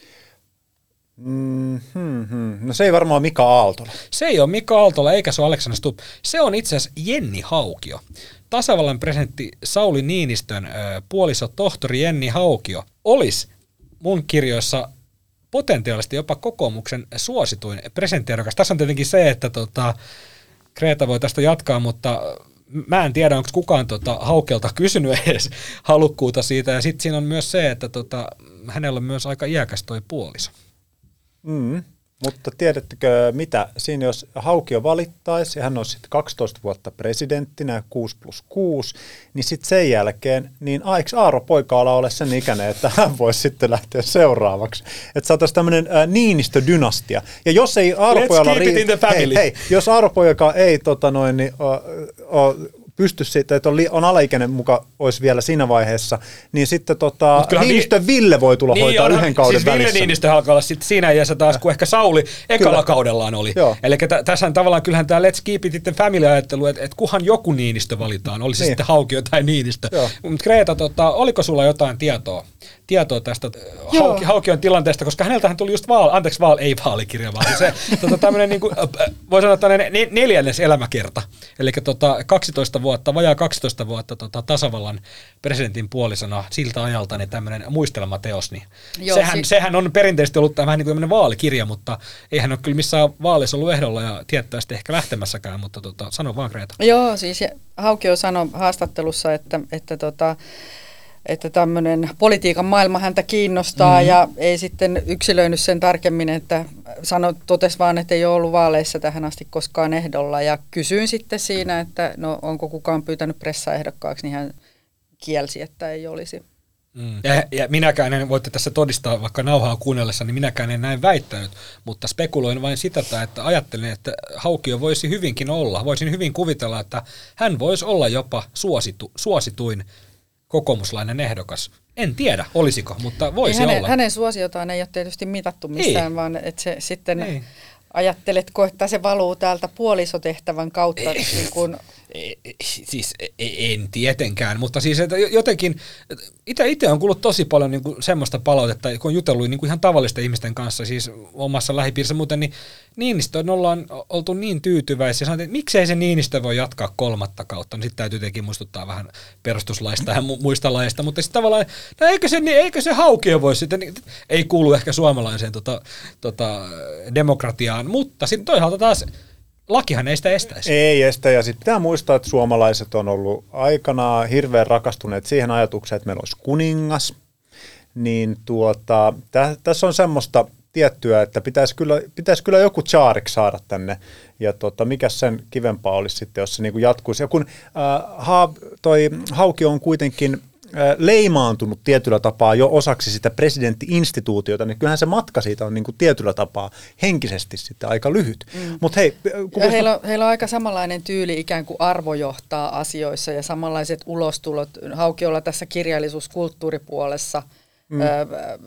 Mm-hmm. No se ei varmaan Mika Aaltola. Se ei ole Mika Aaltola eikä se ole Alexander Stubb. Se on itse asiassa Jenni Haukio. Tasavallan presidentti Sauli Niinistön ö, puoliso tohtori Jenni Haukio olisi mun kirjoissa potentiaalisesti jopa kokoomuksen suosituin presidenttiehdokas. Tässä on tietenkin se, että tota, Kreta voi tästä jatkaa, mutta mä en tiedä, onko kukaan tota, Haukelta kysynyt edes halukkuutta siitä. Ja sitten siinä on myös se, että tota, hänellä on myös aika iäkäs toi puoliso. Mm, mutta tiedättekö mitä, siinä jos Haukio valittaisi ja hän olisi sitten kaksitoista vuotta presidenttinä, kuusi plus kuusi, niin sitten sen jälkeen, niin eikö Aaro Poikaala ole sen ikäinen, että hän voisi sitten lähteä seuraavaksi. Että saataisiin tämmöinen äh, Niinistö-dynastia. Ja jos ei Aaro Pojalla ri- hei, hei, jos Aaro Poika ei tota noin, niin, uh, uh, pysty siitä, että on, li- on alaikäinen muka olisi vielä siinä vaiheessa, niin sitten tota, Niinistön Ville voi tulla niin hoitaa on, yhden kauden siis välissä. Ville Niinistö alkaa olla sitten siinä iässä taas, kun ehkä Sauli ekalla Kyllä. kaudellaan oli. Eli t- tässä on tavallaan kyllähän tämä Let's Keep It in the Family-ajattelu, että et kuhan joku Niinistö valitaan, olisi niin. sitten Haukio tai Niinistö. Mutta Kreta, tota, oliko sulla jotain tietoa? tietoa tästä Hauki, Haukion tilanteesta, koska häneltähän tuli just vaal, anteeksi vaal, ei vaalikirja, vaan se tota, tämmöinen, niin kuin, voi sanoa tämmöinen neljännes elämäkerta, eli tota, kaksitoista vuotta, vajaa kaksitoista vuotta tota, tasavallan presidentin puolisona siltä ajalta niin tämmöinen muistelmateos, niin Joo, sehän, si- sehän on perinteisesti ollut vähän niin kuin tämmöinen vaalikirja, mutta eihän ole kyllä missään vaaleissa ollut ehdolla ja tiettävästi ehkä lähtemässäkään, mutta tota, sano vaan Kreta. Joo, siis Haukio sanoi haastattelussa, että, että tota, että tämmöinen politiikan maailma häntä kiinnostaa mm-hmm. ja ei sitten yksilöinyt sen tarkemmin, että sano, totesi vaan, että ei ole ollut vaaleissa tähän asti koskaan ehdolla ja kysyin sitten siinä, että no onko kukaan pyytänyt pressaehdokkaaksi, niin hän kielsi, että ei olisi. Mm. Ja, ja minäkään en, voitte tässä todistaa, vaikka nauhaa kuunnellessa, niin minäkään en näin väittänyt, mutta spekuloin vain sitä, että ajattelin, että Haukio voisi hyvinkin olla, voisin hyvin kuvitella, että hän voisi olla jopa suositu, suosituin kokoomuslainen ehdokas. En tiedä, olisiko, mutta voisi hänen, olla. Hänen suosiotaan ei ole tietysti mitattu missään, ei. vaan että se sitten, ei. ajatteletko, että se valuu täältä puolisotehtävän kautta? Ei. Niin kun Siis en tietenkään, mutta siis että jotenkin, itse on kuullut tosi paljon niin kuin semmoista palautetta, kun on jutellut niin kuin ihan tavallisten ihmisten kanssa, siis omassa lähipiirissä muuten, niin Niinistöön ollaan oltu niin tyytyväisiä, sanotaan, että miksei se Niinistö voi jatkaa kolmatta kautta, niin sitten täytyy tietenkin muistuttaa vähän perustuslaista ja mu- muista laista, mutta sitten tavallaan, no eikö se, eikö se Haukio voi sitten, ei kuulu ehkä suomalaiseen tota, tota, demokratiaan, mutta sitten toisaalta taas lakihan ei sitä estäisi. Ei estä, ja sitten pitää muistaa, että suomalaiset on ollut aikanaan hirveän rakastuneet siihen ajatukseen, että meillä olisi kuningas, niin tuota, tä, tässä on semmoista tiettyä, että pitäisi kyllä, pitäisi kyllä joku tsaarik saada tänne, ja tota, mikä sen kivempaa olisi sitten, jos se niinku jatkuisi. Ja kun äh, ha, toi Haukio on kuitenkin leimaantunut tietyllä tapaa jo osaksi sitä presidentti-instituutiota, niin kyllähän se matka siitä on niin kuin tietyllä tapaa henkisesti sitten aika lyhyt. Mm. Mut hei, kun heillä, on, heillä on aika samanlainen tyyli ikään kuin arvojohtaa asioissa ja samanlaiset ulostulot. Haukiolla tässä kirjallisuuskulttuuripuolessa, mm. ö,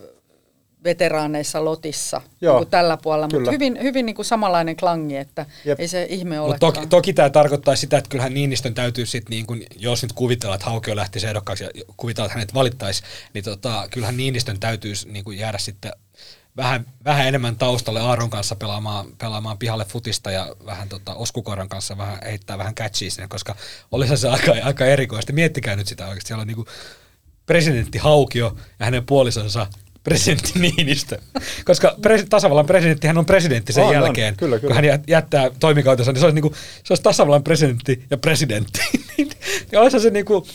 veteraaneissa Lotissa, niin kuin tällä puolella, mutta hyvin, hyvin niin kuin samanlainen klangi, että Jep. ei se ihme ole. Toki, toki tämä tarkoittaa sitä, että kyllähän Niinistön täytyy sitten, niin kuin, jos nyt kuvitellaan, että Haukio lähtisi ehdokkaaksi ja kuvitellaan, että hänet valittaisi, niin tota, kyllähän Niinistön täytyisi niin kuin jäädä sitten vähän, vähän enemmän taustalle Aaron kanssa pelaamaan, pelaamaan pihalle futista ja vähän tota, Oskukoiran kanssa vähän heittää vähän catchia sinne, koska olisi se aika, aika erikoista. Miettikää nyt sitä oikeasti, siellä on niin kuin presidentti Haukio ja hänen puolisonsa presidentti Niinistö, koska pres, tasavallan presidenttihän on presidentti sen on, jälkeen, on. Kyllä, kyllä. kun hän jättää toimikautensa, niin se olisi, niin kuin, se olisi tasavallan presidentti ja presidentti. niin olisi se niin kuin,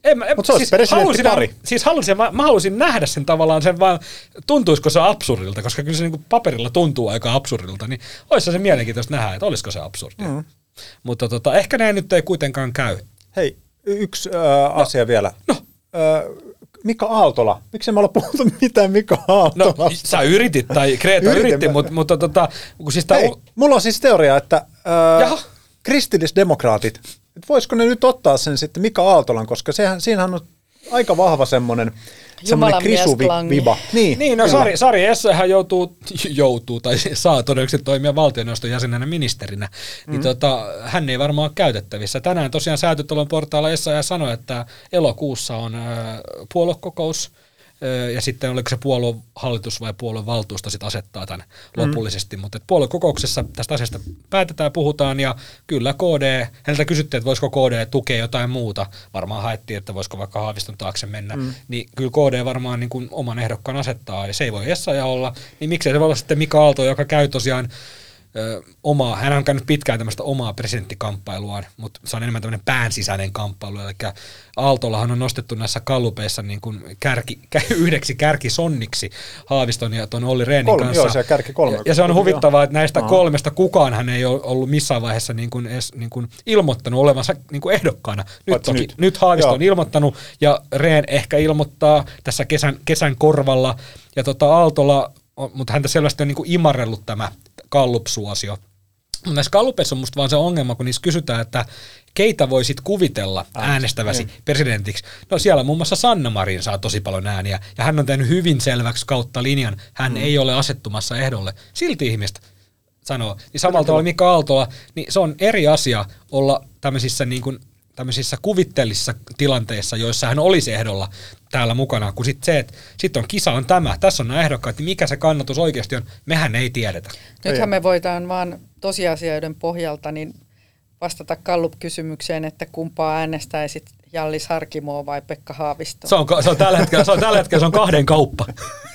En, en, Mutta se olisi siis presidentti halusin, pari. Siis halusin, mä, mä halusin nähdä sen tavallaan sen vaan, tuntuisiko se absurdilta, koska kyllä se niinku paperilla tuntuu aika absurdilta, niin olisi se mielenkiintoista nähdä, että olisiko se absurdia. Mm. Mutta tota, ehkä näin nyt ei kuitenkaan käy. Hei, yksi äh, asia no. vielä. No. Äh, Mika Aaltola. Miksi me olla puhuttu mitään Mika Aaltolasta? No, sä yritit, tai Greta yritti, mutta, mutta tota, kun siis tää... Hei, mulla on siis teoria, että äh, kristillisdemokraatit, että voisiko ne nyt ottaa sen sitten Mika Aaltolan, koska sehän, siinähän on aika vahva semmoinen semmoinen krisu-viba. Niin, niin no Sari, Sari Essayah joutuu, joutuu, tai saa todennäköisesti toimia valtioneuvoston jäsenenä ministerinä, mm-hmm. niin tota, hän ei varmaan ole käytettävissä. Tänään tosiaan Säätytalon portaalla Essayah sanoi, että elokuussa on äh, puoluekokous, ja sitten oliko se puoluehallitus vai puoluevaltuusto sitten asettaa tämän mm. lopullisesti, mutta puoluekokouksessa tästä asiasta päätetään, puhutaan ja kyllä K D, häneltä kysyttiin, että voisiko K D tukea jotain muuta, varmaan haettiin, että voisiko vaikka Haaviston taakse mennä, mm. niin kyllä K D varmaan niin kuin oman ehdokkaan asettaa ja se ei voi Essayah olla, niin miksei se voi olla sitten Mika Aalto, joka käy tosiaan Ö, omaa, hän on käynyt pitkään tämmöistä omaa presidenttikampailuaan, mutta se on enemmän tämmöinen päänsisäinen kamppailu, eli Aaltollahan on nostettu näissä kallupeissa niin kuin kärki, yhdeksi kärkisonniksi Haaviston ja tuon Olli Rehnin Kolme, kanssa. Joo, se kärki kolme. Ja, ja se on huvittavaa, että näistä Aha. kolmesta kukaan hän ei ole ollut missään vaiheessa niin kuin edes niin kuin ilmoittanut olevansa niin kuin ehdokkaana. Nyt, toki, nyt. nyt Haavisto joo. on ilmoittanut ja Rehn ehkä ilmoittaa tässä kesän, kesän korvalla ja tota Aaltolla, mutta häntä selvästi on niin kuin imarrellut tämä Gallup-suosio. Näissä Gallupeissa on musta vaan se ongelma, kun niissä kysytään, että keitä voisit kuvitella äänestäväsi niin. presidentiksi. No siellä muun muassa Sanna Marin saa tosi paljon ääniä, ja hän on tehnyt hyvin selväksi kautta linjan, hän mm. ei ole asettumassa ehdolle. Silti ihmistä sanoo. Niin samalla tavalla Mika Aaltola, niin se on eri asia olla tämmöisissä niin kuin tämmöisissä kuvitteellisissa tilanteissa, joissa hän olisi ehdolla täällä mukana, kun sitten se, että sitten on kisa on tämä, tässä on nämä ehdokkaat, niin mikä se kannatus oikeasti on, mehän ei tiedetä. Nythän me voidaan vaan tosiasioiden pohjalta niin vastata Gallup-kysymykseen, että kumpaa äänestäisit, Jallis Harkimoa vai Pekka Haavistoa. Se on, se on tällä hetkellä, se on tällä hetkellä se on kahden kauppa.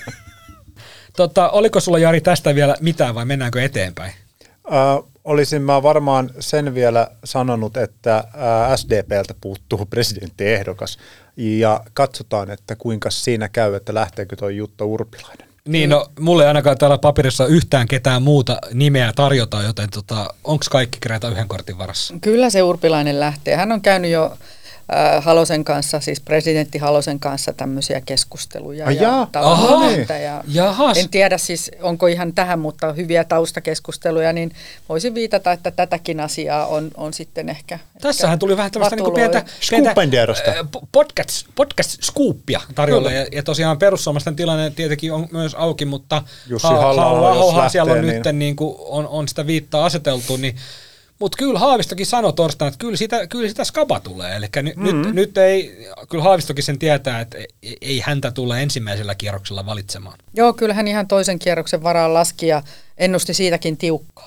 tota, oliko sulla Jari tästä vielä mitään vai mennäänkö eteenpäin? Uh, olisin mä varmaan sen vielä sanonut, että uh, S D P:ltä puuttuu presidenttiehdokas ja katsotaan, että kuinka siinä käy, että lähteekö toi Jutta Urpilainen. Niin, no mulle ei ainakaan täällä paperissa yhtään ketään muuta nimeä tarjota, joten tota, onko kaikki Greta yhden kortin varassa? Kyllä se Urpilainen lähtee. Hän on käynyt jo äh, Halosen kanssa, siis presidentti Halosen kanssa tämmöisiä keskusteluja. Ah, ja Aha, ja jahas. En tiedä siis, onko ihan tähän, mutta hyviä taustakeskusteluja, niin voisin viitata, että tätäkin asiaa on, on sitten ehkä... Tässähän ehkä tuli vähän tämmöistä niin pientä, Scoopenderosta. podcast, podcast-scoopia tarjolla. Ja, ja tosiaan perussuomalaisten tilanne tietenkin on myös auki, mutta Jussi Halla-aho, siellä on niin... nyt niin kuin on, on sitä viittaa aseteltu, niin mutta kyllä Haavistokin sanoi torstaina, että kyllä sitä, kyllä sitä skaba tulee. Eli ny, mm-hmm. nyt, nyt ei, kyllä Haavistokin sen tietää, että ei häntä tule ensimmäisellä kierroksella valitsemaan. Joo, kyllä hän ihan toisen kierroksen varaan laski ja ennusti siitäkin tiukkaa.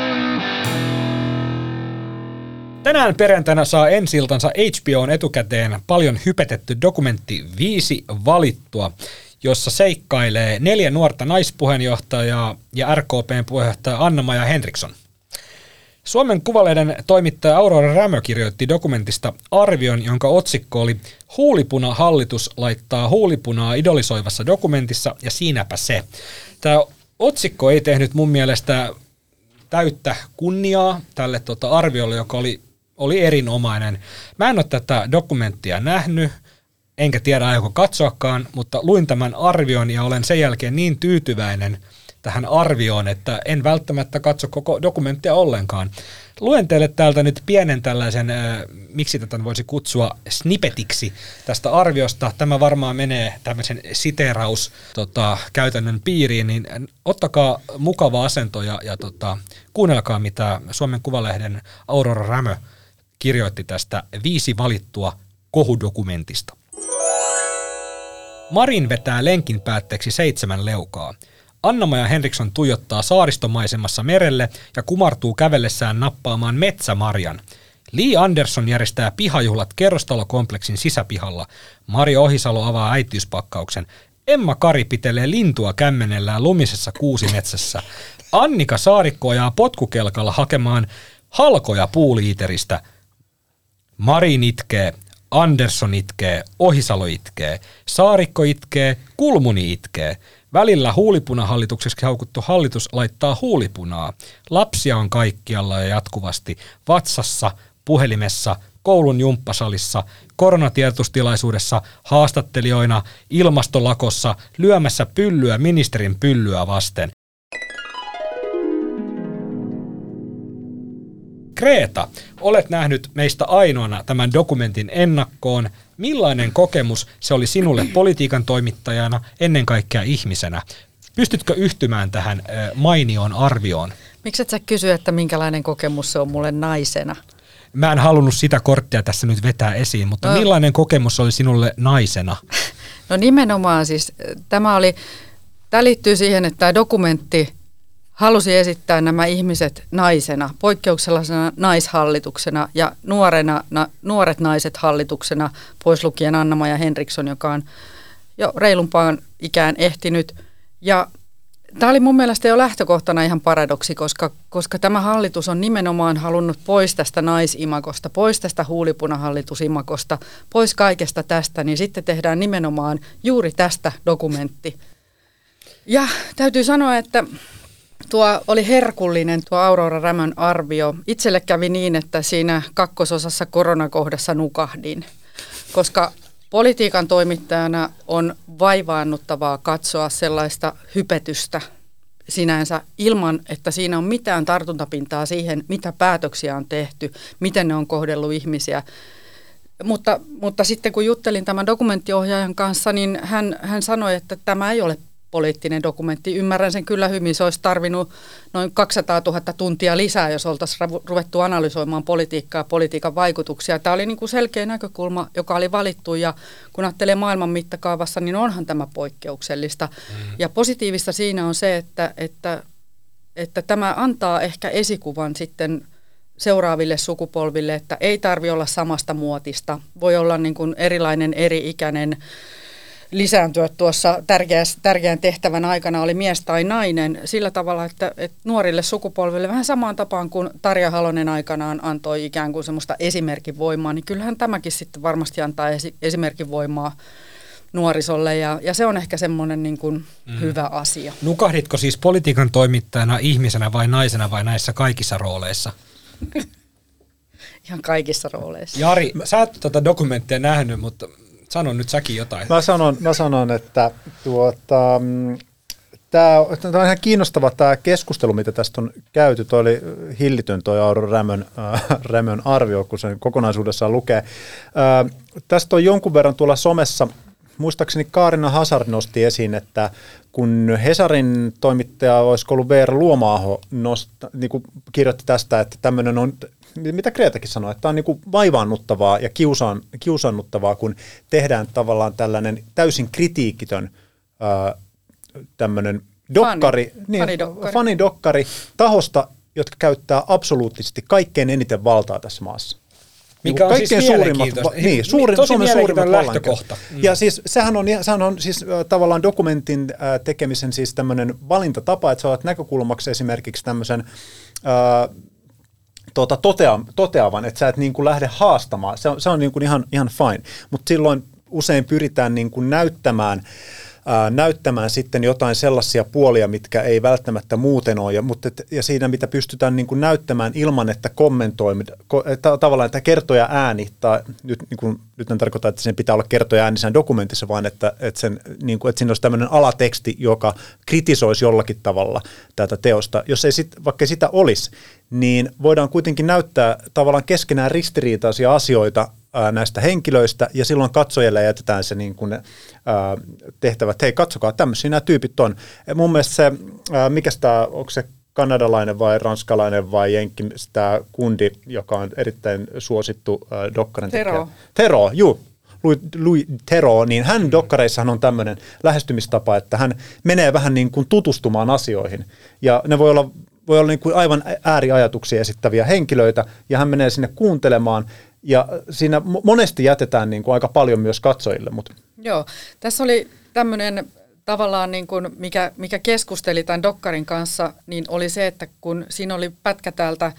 Tänään perjantaina saa ensi-iltansa H B O:n etukäteen paljon hypetetty dokumentti Viisi valittua, jossa seikkailee neljä nuorta naispuheenjohtajaa ja R K P:n puheenjohtaja Anna-Maja Henriksson. Suomen Kuvalehden toimittaja Aurora Rämö kirjoitti dokumentista arvion, jonka otsikko oli Huulipuna hallitus laittaa huulipunaa idolisoivassa dokumentissa ja siinäpä se. Tämä otsikko ei tehnyt mun mielestä täyttä kunniaa tälle tota arviolle, joka oli, oli erinomainen. Mä en ole tätä dokumenttia nähnyt, enkä tiedä aiko katsoakaan, mutta luin tämän arvion ja olen sen jälkeen niin tyytyväinen tähän arvioon, että en välttämättä katso koko dokumenttia ollenkaan. Luen teille täältä nyt pienen tällaisen, äh, miksi tätä voisi kutsua snippetiksi tästä arviosta. Tämä varmaan menee tämmöisen siteeraus tota, käytännön piiriin, niin ottakaa mukava asento ja, ja tota, kuunnelkaa, mitä Suomen Kuvalehden Aurora Rämö kirjoitti tästä viisi valittua kohudokumentista. Marin vetää lenkin päätteeksi seitsemän leukaa. Anna-Maja Henriksson tuijottaa saaristomaisemassa merelle ja kumartuu kävellessään nappaamaan metsämarjan. Li Andersson järjestää pihajuhlat kerrostalokompleksin sisäpihalla. Mario Ohisalo avaa äitiyspakkauksen. Emma Kari pitelee lintua kämmenellään lumisessa kuusimetsässä. Annika Saarikko ajaa potkukelkalla hakemaan halkoja puuliiteristä. Mari itkee. Andersson itkee, Ohisalo itkee, Saarikko itkee, Kulmuni itkee. Välillä huulipunahallitukseksi haukuttu hallitus laittaa huulipunaa. Lapsia on kaikkialla ja jatkuvasti. Vatsassa, puhelimessa, koulun jumppasalissa, koronatiedotustilaisuudessa, haastattelijoina, ilmastolakossa, lyömässä pyllyä ministerin pyllyä vasten. Greta, olet nähnyt meistä ainoana tämän dokumentin ennakkoon. Millainen kokemus se oli sinulle politiikan toimittajana, ennen kaikkea ihmisenä? Pystytkö yhtymään tähän mainioon arvioon? Miksi et sä kysy, että minkälainen kokemus se on mulle naisena? Mä en halunnut sitä korttia tässä nyt vetää esiin, mutta no, millainen kokemus oli sinulle naisena? No nimenomaan siis tämä oli, tämä liittyy siihen, että tämä dokumentti halusi esittää nämä ihmiset naisena, poikkeuksellisena naishallituksena ja nuorena, na, nuoret naiset hallituksena, pois lukien Anna-Maja Henriksson, joka on jo reilumpaan ikään ehtinyt. Ja tämä oli mun mielestä jo lähtökohtana ihan paradoksi, koska, koska tämä hallitus on nimenomaan halunnut pois tästä naisimakosta, pois tästä huulipunahallitusimakosta, pois kaikesta tästä, niin sitten tehdään nimenomaan juuri tästä dokumentti. Ja täytyy sanoa, että tuo oli herkullinen tuo Aurora Rämön arvio. Itselle kävi niin, että siinä kakkososassa koronakohdassa nukahdin, koska politiikan toimittajana on vaivaannuttavaa katsoa sellaista hypetystä sinänsä ilman, että siinä on mitään tartuntapintaa siihen, mitä päätöksiä on tehty, miten ne on kohdellut ihmisiä. Mutta, mutta sitten kun juttelin tämän dokumenttiohjaajan kanssa, niin hän, hän sanoi, että tämä ei ole poliittinen dokumentti. Ymmärrän sen kyllä hyvin. Se olisi tarvinnut noin kaksisataatuhatta tuntia lisää, jos oltaisiin ruvettu analysoimaan politiikkaa ja politiikan vaikutuksia. Tämä oli niin kuin selkeä näkökulma, joka oli valittu, ja kun ajattelee maailman mittakaavassa, niin onhan tämä poikkeuksellista. Mm. Ja positiivista siinä on se, että, että, että tämä antaa ehkä esikuvan sitten seuraaville sukupolville, että ei tarvitse olla samasta muotista. Voi olla niin kuin erilainen, eri-ikäinen, lisääntyä tuossa tärkeän tehtävän aikana, oli mies tai nainen, sillä tavalla, että, että nuorille sukupolville vähän samaan tapaan kuin Tarja Halonen aikanaan antoi ikään kuin semmoista esimerkin voimaa, niin kyllähän tämäkin sitten varmasti antaa esi- esimerkin voimaa nuorisolle, ja, ja se on ehkä semmoinen niin kuin mm. hyvä asia. Nukahditko siis politiikan toimittajana ihmisenä vai naisena vai näissä kaikissa rooleissa? Ihan kaikissa rooleissa. Jari, sä et tuota dokumenttia nähnyt, mutta sano nyt säkin jotain. Mä sanon, mä sanon että tuota, tämä on ihan kiinnostava tämä keskustelu, mitä tästä on käyty. Tuo oli hillitön tuo Aurora Rämön, äh, Rämön arvio, kun sen kokonaisuudessaan lukee. Äh, tästä on jonkun verran tuolla somessa, muistaakseni Kaarina Hazard nosti esiin, että kun Hesarin toimittaja, olisiko ollut Veera Luoma-aho, nosta, niin kuin kirjoitti tästä, että tämmöinen on, mitä Gretakin sanoi, että tämä on niin kuin vaivaannuttavaa ja kiusaan, kiusannuttavaa, kun tehdään tavallaan tällainen täysin kritiikitön ää, tämmöinen dokkari, Fani. niin, Fanidokkari. fanidokkari tahosta, jotka käyttää absoluuttisesti kaikkein eniten valtaa tässä maassa. Mikä on siis mielenkiintoista. Va- niin, suurin, tosi Suomen suurimmat lähtökohta. Mm. Ja siis sehän on, sehän on siis äh, tavallaan dokumentin äh, tekemisen siis tämmöinen valintatapa, että sä olet näkökulmaksi esimerkiksi tämmöisen äh, tuota, totea, toteavan, että sä et niin kuin lähde haastamaan. Se on, se on niin kuin ihan, ihan fine, mutta silloin usein pyritään niin kuin näyttämään Ää, näyttämään sitten jotain sellaisia puolia, mitkä ei välttämättä muuten ole, ja, mutta, ja siinä, mitä pystytään niin kuin näyttämään ilman, että kommentoimme, ko, ta, tavallaan, että kertoja ääni, tai nyt, niin kuin, nyt en tarkoita, että sen pitää olla kertoja ääni sen dokumentissa, vaan että, että, sen, niin kuin, että siinä olisi tämmöinen alateksti, joka kritisoisi jollakin tavalla tätä teosta. Jos ei sit, vaikka ei sitä olisi, niin voidaan kuitenkin näyttää tavallaan keskenään ristiriitaisia asioita näistä henkilöistä, ja silloin katsojille jätetään se niin kuin, ää, tehtävä, että hei, katsokaa, tämmöisiä nämä tyypit on. Ja mun mielestä se, ää, mikä tämä, onko se kanadalainen vai ranskalainen vai jenkki, tämä kundi, joka on erittäin suosittu ää, dokkarin tekijä. Tero. Tero, juu. Louis, Louis Tero, niin hän dokkareissahan on tämmöinen lähestymistapa, että hän menee vähän niin kuin tutustumaan asioihin, ja ne voi olla, voi olla niin kuin aivan ääriajatuksia esittäviä henkilöitä, ja hän menee sinne kuuntelemaan, ja siinä monesti jätetään niin kuin aika paljon myös katsojille. Mutta. Joo, tässä oli tämmöinen tavallaan, niin kuin mikä, mikä keskusteli tämän dokkarin kanssa, niin oli se, että kun siinä oli pätkä täältä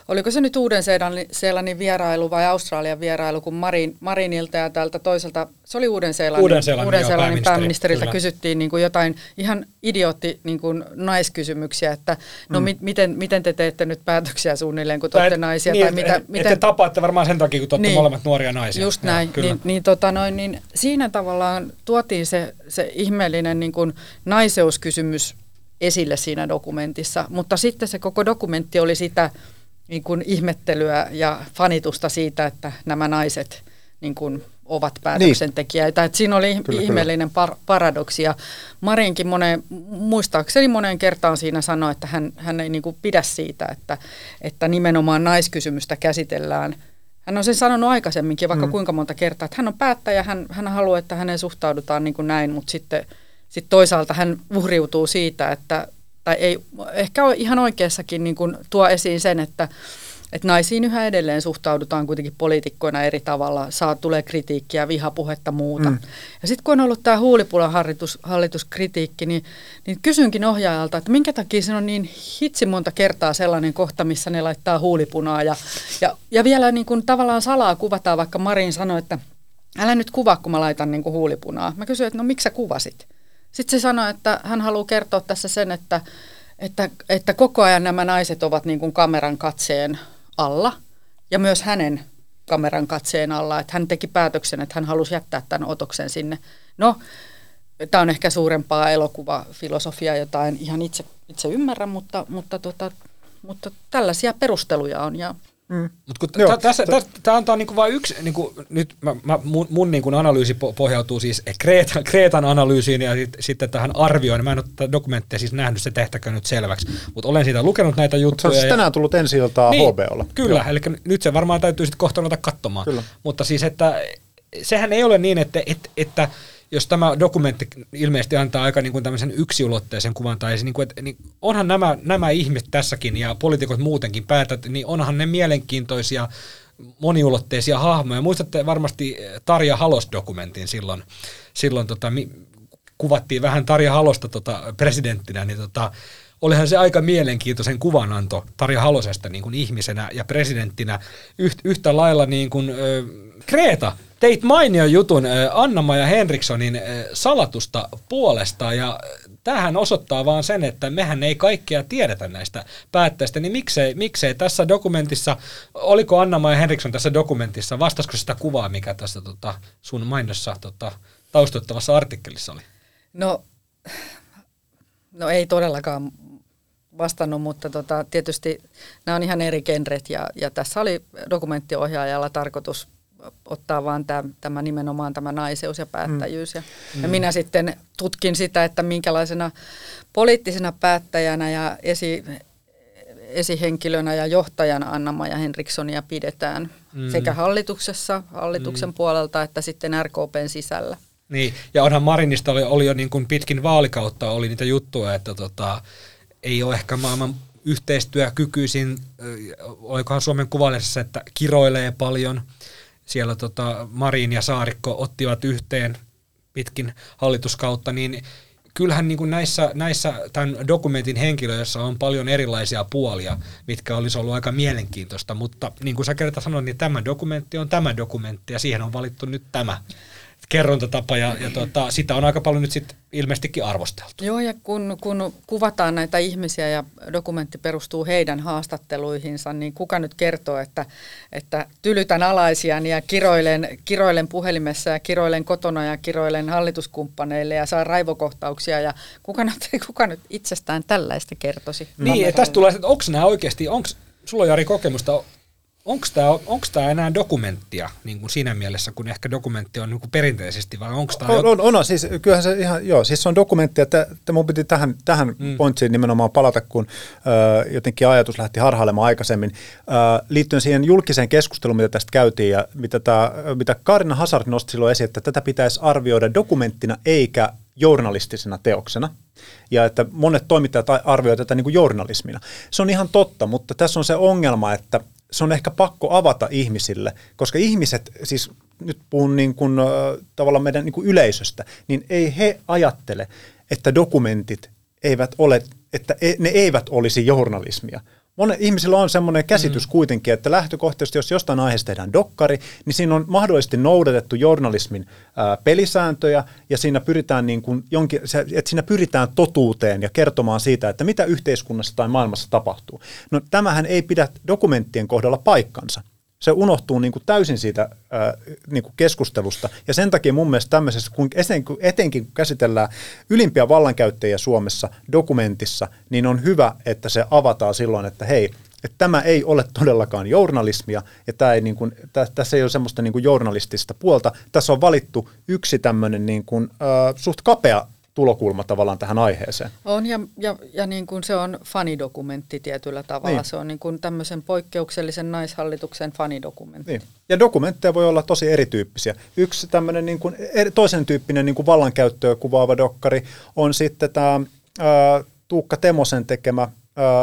oliko se nyt Uuden-Seelannin vierailu vai Australian vierailu, kun Marin, Marinilta ja tältä toiselta, se oli Uuden-Seelannin, Uuden-Seelannin, Uuden-Seelannin joo, pääministeriltä kyllä. kysyttiin niin kuin jotain ihan idiootti niin kuin naiskysymyksiä, että no mm. mi, miten, miten te teette nyt päätöksiä suunnilleen, kun te olette naisia? Niin, tai mitä, et, miten, te tapaatte varmaan sen takia, kun te olette niin, molemmat nuoria naisia. Just ja, näin. Niin, niin, tota noin, niin siinä tavallaan tuotiin se, se ihmeellinen niin kuin naiseuskysymys esille siinä dokumentissa, mutta sitten se koko dokumentti oli sitä niin kuin ihmettelyä ja fanitusta siitä, että nämä naiset niin kuin ovat päätöksentekijöitä. Niin. Että siinä oli kyllä, ihmeellinen par- paradoksi ja Marinkin moneen, muistaakseni moneen kertaan siinä sanoi, että hän, hän ei niin kuin pidä siitä, että, että nimenomaan naiskysymystä käsitellään. Hän on sen sanonut aikaisemminkin vaikka mm. kuinka monta kertaa, että hän on päättäjä, hän, hän haluaa, että hänen suhtaudutaan niin kuin näin, mutta sitten Sitten toisaalta hän uhriutuu siitä, että, tai ei ehkä ole ihan oikeassakin niin kuin tuo esiin sen, että, että naisiin yhä edelleen suhtaudutaan kuitenkin poliitikkoina eri tavalla, saa tulee kritiikkiä, vihapuhetta, muuta. Mm. Ja sitten kun on ollut tämä huulipulan hallitus, hallituskritiikki, niin, niin kysynkin ohjaajalta, että minkä takia siinä on niin hitsi monta kertaa sellainen kohta, missä ne laittaa huulipunaa ja, ja, ja vielä niin kuin tavallaan salaa kuvataan, vaikka Marin sanoi, että älä nyt kuvaa, kun mä laitan niin kuin huulipunaa. Mä kysyin, että no miksi sä kuvasit? Sitten se sanoi, että hän haluaa kertoa tässä sen, että, että, että koko ajan nämä naiset ovat niin kuin kameran katseen alla ja myös hänen kameran katseen alla. Että hän teki päätöksen, että hän halusi jättää tämän otoksen sinne. No, tämä on ehkä suurempaa elokuvafilosofiaa, jota en ihan itse, itse ymmärrä, mutta, mutta, tota, mutta tällaisia perusteluja on. Ja Mm. Mutta tämä antaa niinku vain yksi, niinku, nyt mä, mä, mun, mun niinku analyysi pohjautuu siis Kreetan, Kreetan analyysiin ja sit, sitten tähän arvioon. Mä en ole tätä dokumenttia siis nähnyt, se tehtäkään nyt selväksi, mutta olen siitä lukenut näitä juttuja. Se on siis tänään tullut ensi iltaa niin, H B O:lla. Kyllä, joo. Eli nyt se varmaan täytyy sitten kohta ruveta katsomaan. Kyllä. Mutta siis, että sehän ei ole niin, että, että, että jos tämä dokumentti ilmeisesti antaa aika niin kuin tämmöisen yksiulotteisen kuvan, tai niin kuin, että, niin onhan nämä, nämä ihmiset tässäkin ja poliitikot muutenkin päätät, niin onhan ne mielenkiintoisia, moniulotteisia hahmoja. Muistatte varmasti Tarja Halos-dokumentin silloin, silloin tota, mi, kuvattiin vähän Tarja Halosta tota, presidenttinä, niin tota, olihan se aika mielenkiintoisen kuvananto Tarja Halosesta niin kuin ihmisenä ja presidenttinä yht, yhtä lailla niin kuin ö, Kreeta. Teit mainion jutun Anna-Maja Henrikssonin salatusta puolesta ja tämähän osoittaa vaan sen, että mehän ei kaikkea tiedetä näistä päättäjistä, niin miksei, miksei tässä dokumentissa, oliko Anna-Maja Henriksson tässä dokumentissa, vastasiko sitä kuvaa, mikä tässä tota, sun mainossa tota, taustoittavassa artikkelissa oli? No, no ei todellakaan vastannut, mutta tota, tietysti nämä on ihan eri genret ja, ja tässä oli dokumenttiohjaajalla tarkoitus ottaa vaan tämä, tämä nimenomaan tämä naiseus ja päättäjyys. Ja, mm. ja minä sitten tutkin sitä, että minkälaisena poliittisena päättäjänä ja esi, esihenkilönä ja johtajana Anna-Maja Henrikssonia pidetään mm. sekä hallituksessa, hallituksen mm. puolelta, että sitten R K P:n sisällä. Niin, ja onhan Marinista oli, oli jo niin kuin pitkin vaalikautta oli niitä juttuja, että tota, ei ole ehkä maailman yhteistyökykyisin, olikohan Suomen Kuvalehdessä, että kiroilee paljon. Siellä tota Marin ja Saarikko ottivat yhteen pitkin hallituskautta, niin kyllähän niin kuin näissä, näissä tämän dokumentin henkilöissä on paljon erilaisia puolia, mitkä olisi ollut aika mielenkiintoista, mutta niin kuin sä kerta sanoit, niin tämä dokumentti on tämä dokumentti ja siihen on valittu nyt tämä kerrontatapa ja, ja tota, sitä on aika paljon nyt sitten ilmeisestikin arvosteltu. Joo, ja kun, kun kuvataan näitä ihmisiä ja dokumentti perustuu heidän haastatteluihinsa, niin kuka nyt kertoo, että, että tylytän alaisiani ja kiroilen, kiroilen puhelimessa ja kiroilen kotona ja kiroilen hallituskumppaneille ja saan raivokohtauksia ja kuka nyt, kuka nyt itsestään tällaista kertoisi? Niin, ja tästä tulee, että onko nämä oikeasti, onko sulla on Jari kokemusta, Onko tämä, onko tämä enää dokumenttia niin kuin siinä mielessä, kun ehkä dokumentti on niin kuin perinteisesti, vai onko tämä... On, on, on, siis kyllähän se ihan, joo, siis se on dokumentti, että, että mun piti tähän, tähän mm. pointsiin nimenomaan palata, kun ö, jotenkin ajatus lähti harhailemaan aikaisemmin, ö, liittyen siihen julkiseen keskusteluun, mitä tästä käytiin, ja mitä, tämä, mitä Kaarina Hazard nosti silloin esiin, että tätä pitäisi arvioida dokumenttina eikä journalistisena teoksena, ja että monet toimittajat arvioivat tätä niin kuin journalismina. Se on ihan totta, mutta tässä on se ongelma, että se on ehkä pakko avata ihmisille, koska ihmiset, siis nyt puhun niin kuin, äh, tavallaan meidän niin kuin yleisöstä, niin ei he ajattele, että dokumentit eivät ole, että e, ne eivät olisi journalismia, Monen ihmisillä on semmoinen käsitys mm. kuitenkin, että lähtökohtaisesti, jos jostain aiheesta tehdään dokkari, niin siinä on mahdollisesti noudatettu journalismin ää, pelisääntöjä, ja siinä pyritään, niin kuin jonkin, että siinä pyritään totuuteen ja kertomaan siitä, että mitä yhteiskunnassa tai maailmassa tapahtuu. No tämähän ei pidä dokumenttien kohdalla paikkansa. Se unohtuu niin kuin täysin siitä ää, niin kuin keskustelusta. Ja sen takia mun mielestä tämmöisessä, kun etenkin kun käsitellään ylimpiä vallankäyttäjiä Suomessa dokumentissa, niin on hyvä, että se avataan silloin, että hei, että tämä ei ole todellakaan journalismia, ja tämä ei niin kuin, tä, tässä ei ole semmoista niin kuin journalistista puolta. Tässä on valittu yksi tämmöinen niin kuin, ää, suht kapea tulokulma tavallaan tähän aiheeseen. On, ja, ja, ja niin kuin se on fanidokumentti tietyllä tavalla. Niin. Se on niin kuin tämmöisen poikkeuksellisen naishallituksen fanidokumentti. Niin. Ja dokumentteja voi olla tosi erityyppisiä. Yksi tämmöinen niin kuin, toisen tyyppinen niin kuin vallankäyttöä kuvaava dokkari on sitten tämä ää, Tuukka Temosen tekemä ää,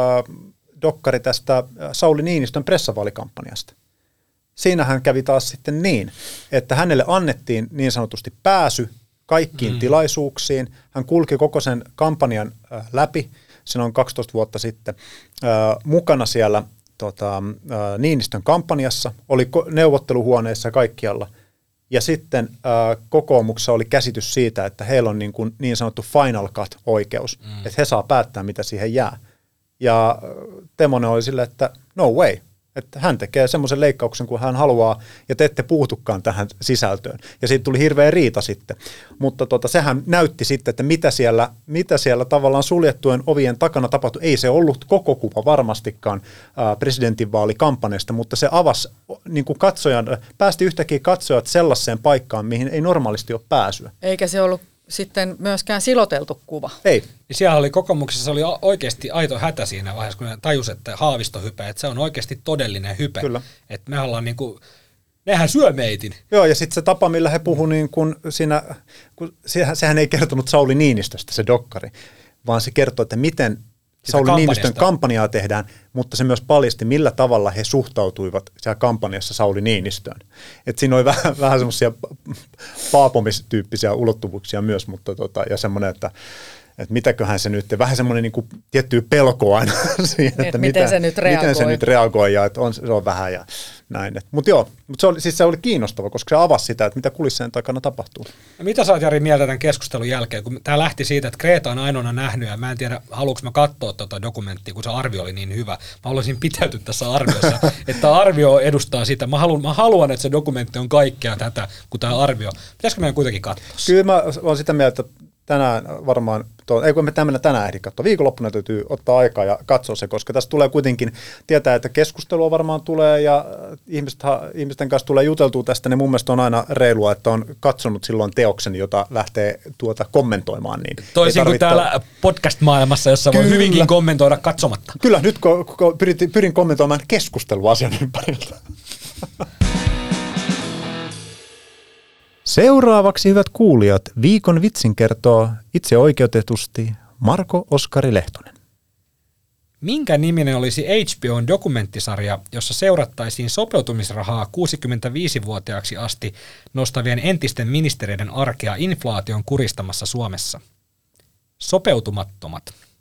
dokkari tästä Sauli Niinistön pressavaalikampanjasta. Siinähän kävi taas sitten niin, että hänelle annettiin niin sanotusti pääsy kaikkiin mm. tilaisuuksiin. Hän kulki koko sen kampanjan äh, läpi, se on kaksitoista vuotta sitten, äh, mukana siellä tota, äh, Niinistön kampanjassa, oli ko- neuvotteluhuoneessa kaikkialla. Ja sitten äh, kokoomuksessa oli käsitys siitä, että heillä on niin, kuin niin sanottu final cut-oikeus, mm. että he saa päättää, mitä siihen jää. Ja Temonen oli silleen, että no way. Että hän tekee semmoisen leikkauksen, kun hän haluaa, ja te ette puutukaan tähän sisältöön. Ja siitä tuli hirveä riita sitten. Mutta tota, sehän näytti sitten, että mitä siellä, mitä siellä tavallaan suljettujen ovien takana tapahtui. Ei se ollut koko kuva varmastikaan ää, presidentinvaalikampanjasta, mutta se avasi niin kuin katsojan, päästi yhtäkkiä katsojat sellaiseen paikkaan, mihin ei normaalisti ole pääsyä. Eikä se ollut sitten myöskään siloteltu kuva. Ei. Niin siellä oli kokoomuksessa oli oikeasti aito hätä siinä vaiheessa, kun ne tajus, että Haavisto hype, että se on oikeasti todellinen hype. Kyllä. Että me ollaan niin kuin, nehän syö meitin. Joo, ja sitten se tapa, millä he puhu niin kun siinä, kun sehän, sehän ei kertonut Sauli Niinistöstä se dokkari, vaan se kertoo, että miten sitä Sauli Niinistön kampanjaa tehdään, mutta se myös paljasti, millä tavalla he suhtautuivat siellä kampanjassa Sauli Niinistöön. Et siinä oli vähän, vähän semmoisia paapomistyyppisiä ulottuvuuksia myös, mutta tota, ja semmoinen, että että mitäköhän se nyt, vähän semmoinen niin kuin tiettyä pelkoa aina siihen, että Et miten, mitä, se nyt reagoi. miten se nyt reagoi ja että on, se on vähän ja näin. Mutta joo, mutta se oli, siis se oli kiinnostava, koska se avasi sitä, että mitä kulissien takana tapahtuu. Ja mitä sä oot, Jari, mieltä tämän keskustelun jälkeen, kun tämä lähti siitä, että Greta on ainoana nähnyt ja mä en tiedä, haluanko mä katsoa tuota dokumenttia, kun se arvio oli niin hyvä. Mä haluaisin pitäytyä tässä arviossa, että arvio edustaa sitä. Mä haluan, mä haluan, että se dokumentti on kaikkea tätä kuin tämä arvio. Pitäisikö meidän kuitenkin katsoa? Kyllä mä olen sitä mieltä, että tänään varmaan, tuo, ei kun me tämmöinen tänään ehdi katsoa, viikonloppuna täytyy ottaa aikaa ja katsoa se, koska tässä tulee kuitenkin tietää, että keskustelua varmaan tulee ja ihmiset, ihmisten kanssa tulee juteltua tästä, niin mun mielestä on aina reilua, että on katsonut silloin teoksen, jota lähtee tuota kommentoimaan. Niin toisin kuin täällä podcast-maailmassa, jossa voi hyvinkin kommentoida katsomatta. Kyllä, nyt ko, ko, pyrin, pyrin kommentoimaan keskustelua asian ympäriltä. Seuraavaksi, hyvät kuulijat, viikon vitsin kertoo itse oikeutetusti Marko Oskari Lehtonen. Minkä niminen olisi H B O:n dokumenttisarja, jossa seurattaisiin sopeutumisrahaa kuusikymmentäviisivuotiaaksi asti nostavien entisten ministereiden arkea inflaation kuristamassa Suomessa? Sopeutumattomat.